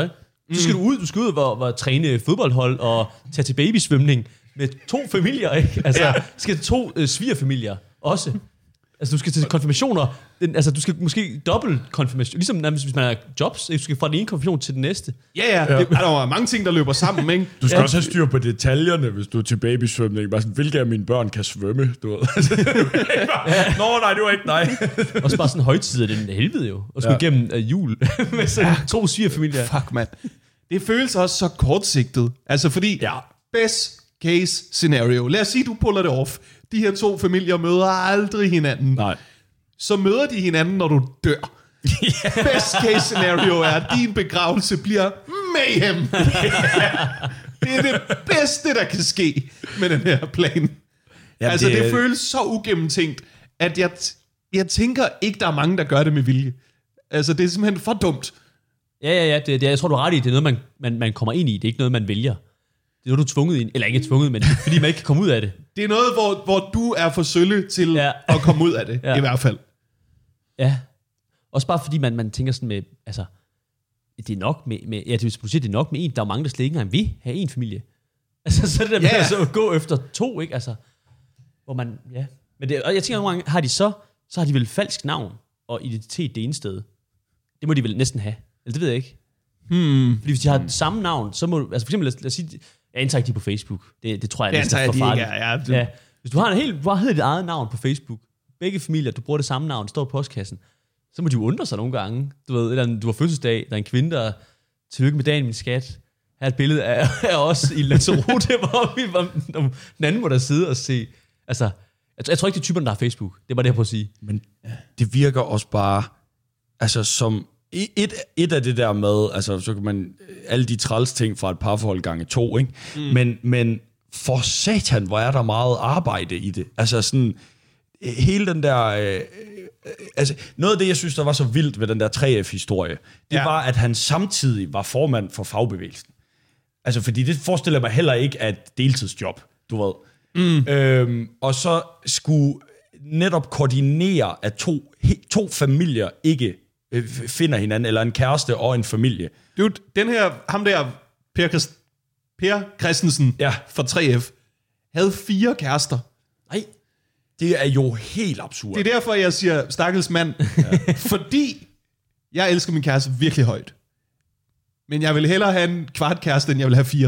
Så skal du ud, du skal ud og, og træne fodboldhold og tage til babysvømning med to familier, ikke? Altså, ja. skal to øh, svigerfamilier også. Altså, du skal til konfirmationer. Den, altså, du skal måske dobbelt konfirmation. Ligesom nærmest, hvis man har jobs, du skal fra den ene konfirmation til den næste. Ja, ja. ja. Det, der er mange ting, der løber sammen, ikke? Du skal ja. også have styr på detaljerne, hvis du er til babysvømning. Bare sådan, hvilke af mine børn kan svømme, du ved. ja. Nå, nej, det var ikke dig. Også bare sådan en højtid af den helvede jo. Og skulle ja. igennem uh, jul med sådan ja. to svigerfamilier. Fuck, mand. Det føles også så kortsigtet. Altså, fordi ja. best case scenario. Lad os sige, du puller det off. De her to familier møder aldrig hinanden. Nej. Så møder de hinanden, når du dør. yeah. Best case scenario er, at din begravelse bliver mayhem. Det er det bedste, der kan ske med den her plan. Ja, altså, det, det føles så ugennemtænkt, at jeg, jeg tænker ikke, der er mange, der gør det med vilje. Altså, det er simpelthen for dumt. Ja, ja, ja. Det, det, jeg tror, du har ret i. Det er noget, man, man, man kommer ind i. Det er ikke noget, man vælger. Det er noget, du er tvunget ind. Eller ikke tvunget, men fordi man ikke kan komme ud af det. Det er noget, hvor, hvor du er for sølle til ja. at komme ud af det, ja. i hvert fald. Ja. Også bare fordi man, man tænker sådan med, altså, det er nok med, med ja, det, hvis du siger, det er nok med en, der er mange, der slet ikke engang vil have en familie. Altså, så er det der med ja. altså, at gå efter to, ikke? Altså, hvor man, ja. Men det, og jeg tænker nogle gange, har de så, så har de vel falsk navn og identitet det ene sted. Det må de vel næsten have. Eller det ved jeg ikke. Hmm. Fordi hvis de har hmm. samme navn, så må, altså for eksempel, lad, lad os sige, jeg antager ikke de på Facebook. Det, det tror jeg, det næsten er for farligt. Ja, ja, ja. Hvis du har en helt, bare hedder dit eget navn på Facebook, begge familier, du bruger det samme navn, det står på postkassen, så må de jo undre sig nogle gange. Du ved, eller du har fødselsdag, der er en kvinde, der tillykke med dagen, min skat. Her er et billede af, af os i Lanzarote, hvor vi var, den anden må der sidde og se. Altså, jeg, jeg tror ikke, det er typerne, der har Facebook. Det var det, jeg på at sige. Men det virker også bare, altså som et, et af det der med, altså så kan man, alle de træls ting fra et parforhold gange to, ikke? Mm. Men, men for satan, hvor er der meget arbejde i det. Altså sådan, hele den der, øh, altså noget af det, jeg synes, der var så vildt ved den der tre F-historie, det ja. var, at han samtidig var formand for fagbevægelsen. Altså, fordi det forestiller mig heller ikke af et deltidsjob, du ved. Mm. Øhm, og så skulle netop koordinere, at to, he, to familier ikke øh, finder hinanden, eller en kæreste og en familie. Dude, den her, ham der, Per, Christ, Per Christensen ja. fra tre F, havde fire kærester. Nej, det er jo helt absurd. Det er derfor, jeg siger, stakkels mand. Ja. Fordi jeg elsker min kæreste virkelig højt. Men jeg vil hellere have en kvart kæreste, end jeg vil have fire.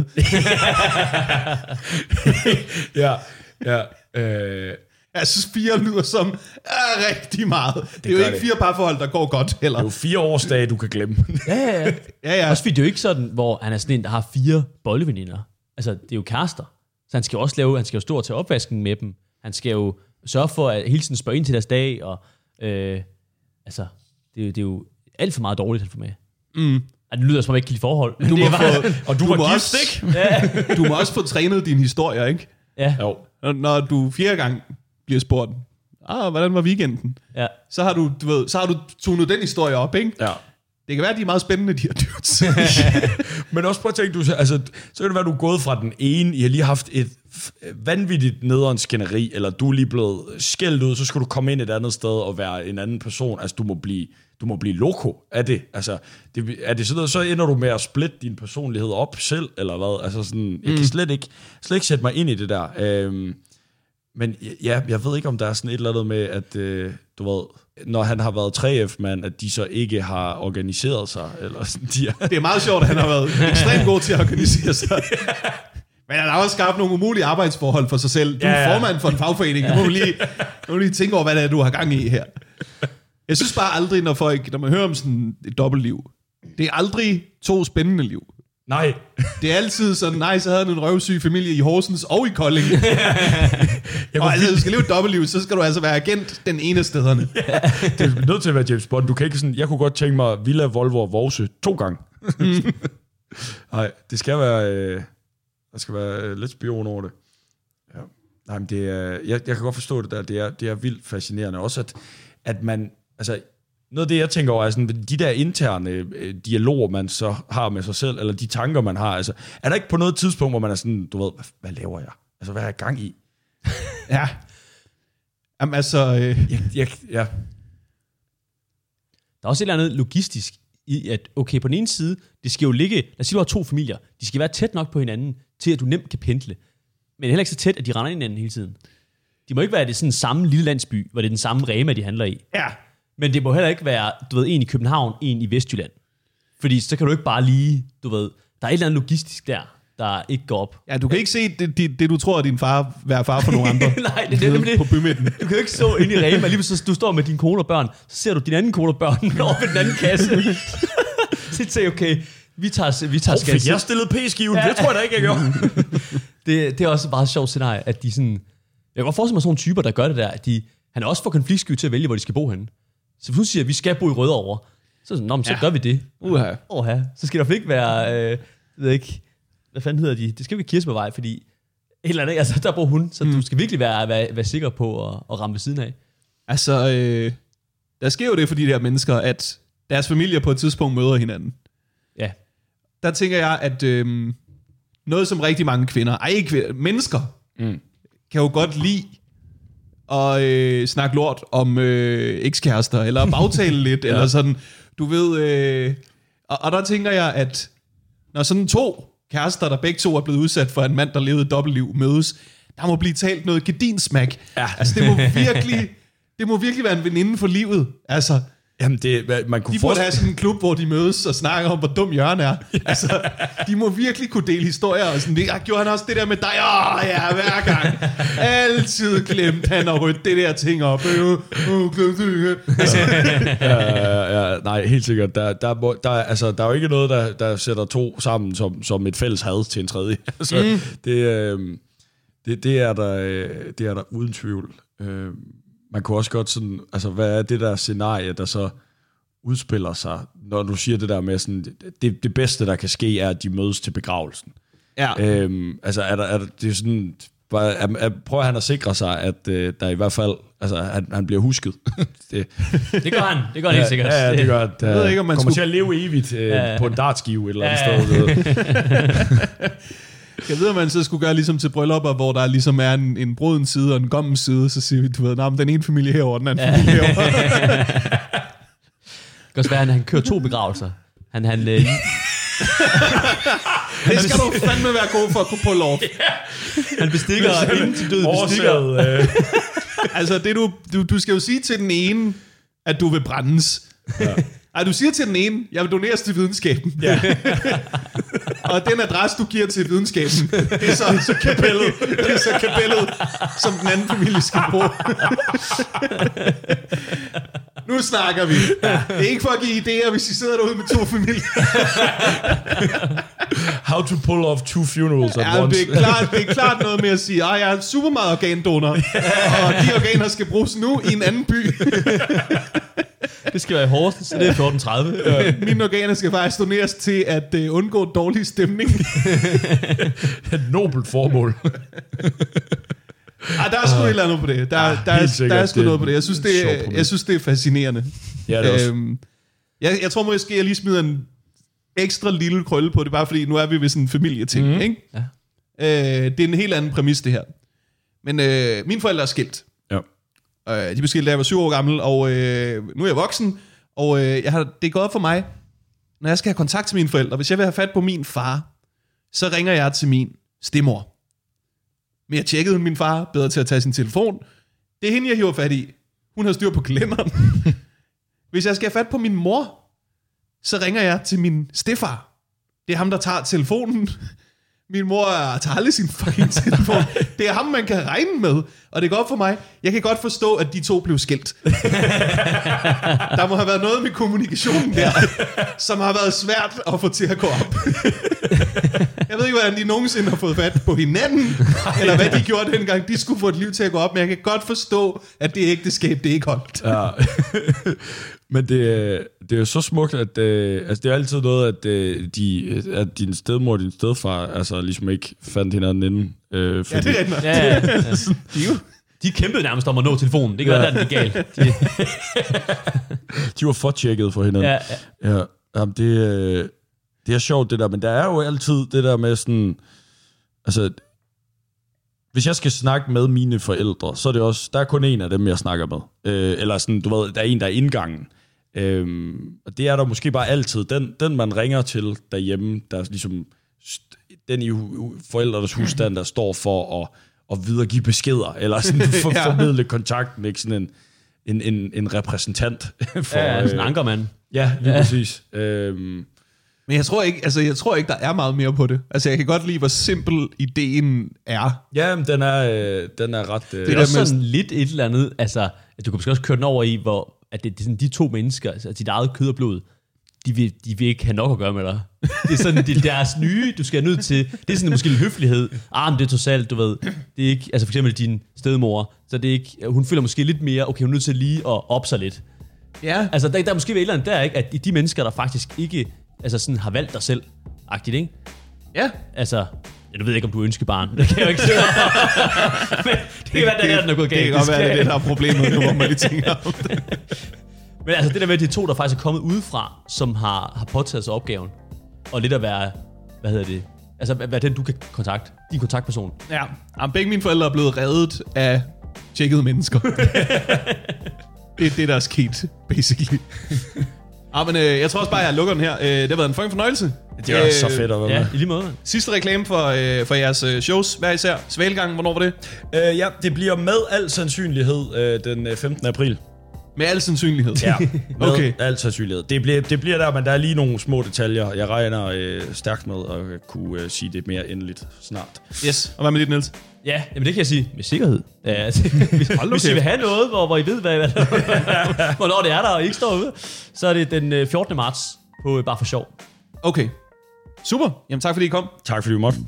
ja, ja. Øh. Jeg synes, fire lyder som er rigtig meget. Det, det er jo ikke det. Fire parforhold, der går godt heller. Det er jo fire årsdage, du kan glemme. ja, ja, ja. ja, ja. Også fordi det er jo ikke sådan, hvor han er sådan en, der har fire bolleveninder. Altså, det er jo kærester. Så han skal jo også lave, han skal jo stå og tage opvasken med dem. Han skal jo sørge for, at hele tiden spørge ind til deres dag. Og, øh, altså, det er, jo, det er jo alt for meget dårligt, han får med. Mm. Det lyder som om ikke i forhold. Du må var, få, og du, du var gift, ikke? Ja. Du må også få trænet dine historier, ikke? Ja. Jo. Når du fjerde gang bliver spurgt, ah, hvordan var weekenden? Ja. Så har du, du ved, så har du tunet den historie op, ikke? Ja. Det kan være, at de er meget spændende, de her dudes. Men også prøv at tænke, du, altså, så kan det være, du er gået fra den ene, I har lige haft et vanvittigt nederen skænderi, eller du er lige blevet skældt ud, så skal du komme ind et andet sted og være en anden person. Altså, du må blive, du må blive loko af det. Altså, det, er det sådan noget, så ender du med at splitte din personlighed op selv, eller hvad? Altså, sådan, jeg kan slet ikke, slet ikke sætte mig ind i det der. Øhm, men ja, jeg ved ikke, om der er sådan et eller andet med, at øh, du ved, når han har været tre F-mand, at de så ikke har organiseret sig. Eller sådan, de er. Det er meget sjovt, at han har været ekstremt god til at organisere sig. Men han har også skabt nogle umulige arbejdsforhold for sig selv. Du er ja, ja. formand for en fagforening. Du må lige, du må lige tænke over, hvad det er, du har gang i her. Jeg synes bare aldrig, når folk, når man hører om sådan et dobbeltliv, det er aldrig to spændende liv. Nej. Det er altid sådan, nej, så havde han en røvsyg familie i Horsens og i Kolding. Og altså, du skal leve et dobbeltliv, så skal du altså være agent den ene af stederne. Ja. Det er nødt til at være James Bond. Du kan ikke sådan, jeg kunne godt tænke mig Villa, Volvo og Vorse to gange. Mm. Nej, det skal være, øh, der skal være øh, lidt spion over det. Ja. Nej, men det er, jeg, jeg kan godt forstå det der, det er, det er vildt fascinerende. Også at, at man, altså, noget af det, jeg tænker over, er sådan, de der interne øh, dialoger, man så har med sig selv, eller de tanker, man har, altså, er der ikke på noget tidspunkt, hvor man er sådan, du ved, hvad, hvad laver jeg? Altså, hvad er jeg i gang i? Ja. Jamen, altså... Øh... Jeg, jeg, ja. Der er også et eller andet logistisk i, at okay, på den ene side, det skal jo ligge, lad os sige, du har to familier, de skal være tæt nok på hinanden, til at du nemt kan pendle. Men heller ikke så tæt, at de render ind i hinanden hele tiden. De må ikke være det sådan samme lille landsby, hvor det er den samme Rema, de handler i. Ja. Men det må heller ikke være, du ved, en i København, en i Vestjylland. Fordi så kan du ikke bare lige, du ved, der er et eller andet logistisk der, der ikke går op. Ja, du kan ikke se det, det, det du tror, at din far være far for nogle andre. Nej, det er det, det. På bymidten. Du kan jo ikke stå inde i Rema, lige så du står med din kone og børn, så ser du din anden kone og børn over ved den anden kasse. Så siger okay, vi tager, vi tager oh, fik jeg stillet p-skiven? Ja. Det tror jeg da ikke, jeg gjorde. det, det er også et meget sjovt scenarie, at de sådan... Jeg kan godt forestille mig sådan nogle typer, der gør det der, at de, han er også for konfliktsky til at vælge, hvor de skal bo henne. Så hvis hun siger, at vi skal bo i Rødovre, så sådan, nå, men så ja. gør vi det. Uha. Oha. Så skal der ikke være, øh, jeg ved ikke, hvad fanden hedder de? Det skal vi ikke Kirsebærvej, fordi et eller andet, altså der bor hun, så mm. du skal virkelig være, være, være sikker på at, at ramme ved siden af. Altså, øh, der sker jo det for de der mennesker, at deres familier på et tidspunkt møder hinanden. Ja. Der tænker jeg, at øh, noget som rigtig mange kvinder, ej ikke kvinder, mennesker, mm. kan jo godt lide at øh, snakke lort om øh, ekskærester, eller bagtale lidt, ja. Eller sådan, du ved, øh, og, og der tænker jeg, at når sådan to kærester, der begge to er blevet udsat for en mand, der levede et dobbeltliv, mødes, der må blive talt noget gedinsmag. Ja. Altså, det må virkelig, det må virkelig være en veninde for livet, altså. Jamen, det, man kunne de burde have sådan en klub, hvor de mødes og snakker om, hvor dum Jørgen er. Altså, de må virkelig kunne dele historier. Og sådan, jeg gjorde han også det der med dig? Åh, ja, hver gang. Altid glemt han at rydde det der ting op. Åh, glemt det. ja, ja, nej, helt sikkert. Der, der, der, der, altså, der er jo ikke noget, der, der sætter to sammen som, som et fælles had til en tredje. Altså, mm. det, øh, det, det, er der, det er der uden tvivl. Øh, Man kunne også godt sådan, altså hvad er det der scenarie, der så udspiller sig, når du siger det der med sådan, det, det bedste, der kan ske, er, at de mødes til begravelsen. Ja. Øhm, altså er der, er der, det er sådan, bare, er, er, prøver han at sikre sig, at øh, der i hvert fald, altså han, han bliver husket. det, det gør han, det gør han helt sikkert. Ja, ja, det gør han. Jeg ved ikke, om man kommer skulle... til at leve evigt øh, ja. På en dartskive et eller andet ja. sted. Jeg ved, at man så skulle gøre ligesom til bryllupper, hvor der ligesom er en, en brudens side og en gommens side, så siger vi, du ved, nej, den ene familie herovre, den anden ja. familie herovre. Det kan også være, at han kører to begravelser. Han, han, øh... det skal du fandme være god for at kunne pulle off. Ja. Han bestikker inden til død bestikker. Øh. Altså, det du, du, du skal jo sige til den ene, at du vil brændes. Ja. Ej, du siger til den ene, jeg vil doneres til videnskaben. Ja. Og den adresse, du giver til videnskaben, det er så, så kapellet, det er så kapellet, som den anden familie skal bruge. Nu snakker vi. Ja. Det er ikke for at give idéer, hvis I sidder derude med to familier. How to pull off two funerals at ja, once. Det er, klart, det er klart noget med at sige, at jeg er super meget organdonor, og de organer skal bruges nu i en anden by. Det skal være i Horsens, så det er fjorten tredive. Ja. Mine organer skal faktisk doneres til at uh, undgå dårlig stemning. Et nobelt formål. Ej, der er sgu uh, et eller andet på det. Der, ah, der, er, der er sgu noget på det. Jeg synes, det er, jeg synes, det er fascinerende. Ja, det er også. Øhm, jeg, jeg tror måske, jeg lige smider en ekstra lille krølle på det, bare fordi nu er vi ved sådan en familieting. Mm. Ikke? Ja. Øh, det er en helt anden præmis, det her. Men øh, mine forældre er skilt. Ja. Øh, de blev skilt, da jeg var syv år gammel, og øh, nu er jeg voksen. Og øh, jeg har, det er gået op for mig, når jeg skal have kontakt til mine forældre. Hvis jeg vil have fat på min far, så ringer jeg til min stemor. Men jeg tjekkede min far, bedre til at tage sin telefon. Det er hende, jeg hiver fat i. Hun har styr på kalenderen. Hvis jeg skal have fat på min mor, så ringer jeg til min stefar. Det er ham, der tager telefonen. Min mor tager aldrig sin fucking telefon. Det er ham, man kan regne med. Og det er godt for mig. Jeg kan godt forstå, at de to blev skilt. Der må have været noget med kommunikationen der, som har været svært at få til at gå op. Jeg ved ikke, hvordan de nogensinde har fået fat på hinanden, eller hvad de gjorde dengang, de skulle få et liv til at gå op. Men jeg kan godt forstå, at det ægteskab, det ikke holdt. Ja. Men det, det er jo så smukt, at øh, altså det er altid noget, at, øh, de, at din stedmor og din stedfar altså ligesom ikke fandt hinanden inden. Øh, ja, det er rigtigt. Ja, ja, ja. De, de kæmpede nærmest om at nå telefonen. Det kan være, ja. Der er galt. De, de var fortjekket for hinanden. Ja, ja. Ja, jamen det, øh, det er sjovt det der, men der er jo altid det der med sådan, altså, hvis jeg skal snakke med mine forældre, så er det også, der er kun en af dem, jeg snakker med. Øh, eller sådan, du ved, der er en, der er indgangen. Øhm, og det er der måske bare altid. Den, den man ringer til derhjemme, der er ligesom den i forældrenes husstand, der står for at, at videregive beskeder, eller sådan for, ja. formidle kontakt med sådan en, en, en, en repræsentant. For, ja, sådan en ankermand. Ja, lige ja. præcis. Øhm, Men jeg tror ikke, altså jeg tror ikke, der er meget mere på det. Altså jeg kan godt lide, hvor simpel ideen er. Ja, men den er, øh, den er ret... Øh, det er også sådan lidt et eller andet, altså at du kan måske også køre den over i, hvor at det, det er sådan, de to mennesker, altså dit eget kød og blod, de vil, de vil ikke have nok at gøre med dig. Det er sådan, det er deres nye, du skal nødt til, det er sådan måske en høflighed. Ah, men det er totalt, du ved, det er ikke, altså for eksempel din stedmor, så det er ikke, hun føler måske lidt mere, okay, hun er nødt til lige at op sig lidt. Ja. Altså der, der er måske et eller andet der, ikke, at de mennesker, der faktisk ikke, altså sådan har valgt dig selv, agtigt, ikke? Ja. Altså, jeg ved ikke, om du ønsker barn. Det kan jeg jo ikke sige. Men det kan være, der er noget gået galt. Det kan godt være, det er det, der er problemet nu, hvor man lige tænker om det. Men altså det der med, at de to, der faktisk er kommet udefra, som har, har påtaget sig opgaven, og lidt at være, hvad hedder det, altså hvad den, du kan kontakte, din kontaktperson. Ja, jamen, begge mine forældre er blevet reddet af tjekkede mennesker. Det er det, der er sket, basically. Ja, men øh, jeg tror også bare, at jeg lukker den her. Øh, det har været en fucking fornøjelse. Det er øh, så fedt at være ja, med. i lige måde. Sidste reklame for, øh, for jeres øh, shows, hver især. Svalgang, hvornår var det? Øh, ja, det bliver med al sandsynlighed øh, den femtende april. Med al sandsynlighed? Ja, med okay. al sandsynlighed. Det bliver, det bliver der, men der er lige nogle små detaljer. Jeg regner øh, stærkt med at kunne øh, sige det mere endeligt snart. Yes, og hvad med dit, Niels? Ja, jamen det kan jeg sige med sikkerhed. Ja, altså, hvis, hvis I vil have noget, hvor, hvor I ved, hvad, hvad, hvornår det er der, og I ikke står ude, så er det den fjortende marts på Bare for Sjov. Okay, super. Jamen tak fordi I kom. Tak fordi I måtte.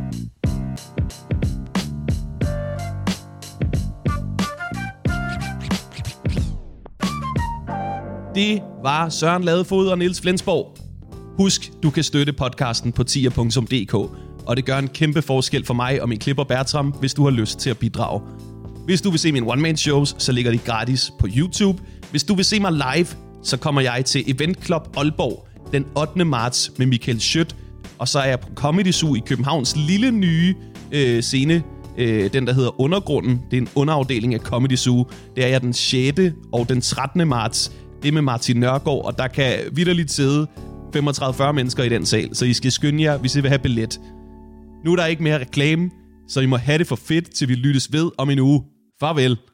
Det var Søren Ladefod og Niels Flensborg. Husk, du kan støtte podcasten på tier punktum d k, og det gør en kæmpe forskel for mig og min klipper Bertram, hvis du har lyst til at bidrage. Hvis du vil se mine one-man-shows, så ligger de gratis på YouTube. Hvis du vil se mig live, så kommer jeg til Event Club Aalborg den ottende marts med Michael Schødt, og så er jeg på Comedy Zoo i Københavns lille nye øh, scene, øh, den der hedder Undergrunden. Det er en underafdeling af Comedy Zoo. Det er jeg den sjette og den trettende marts. Det er med Martin Nørgaard, og der kan vitterligt sidde femogtredive til fyrre mennesker i den sal, så I skal skynde jer, hvis I vil have billet. Nu er der ikke mere reklame, så I må have det for fedt, til vi lyttes ved om en uge. Farvel.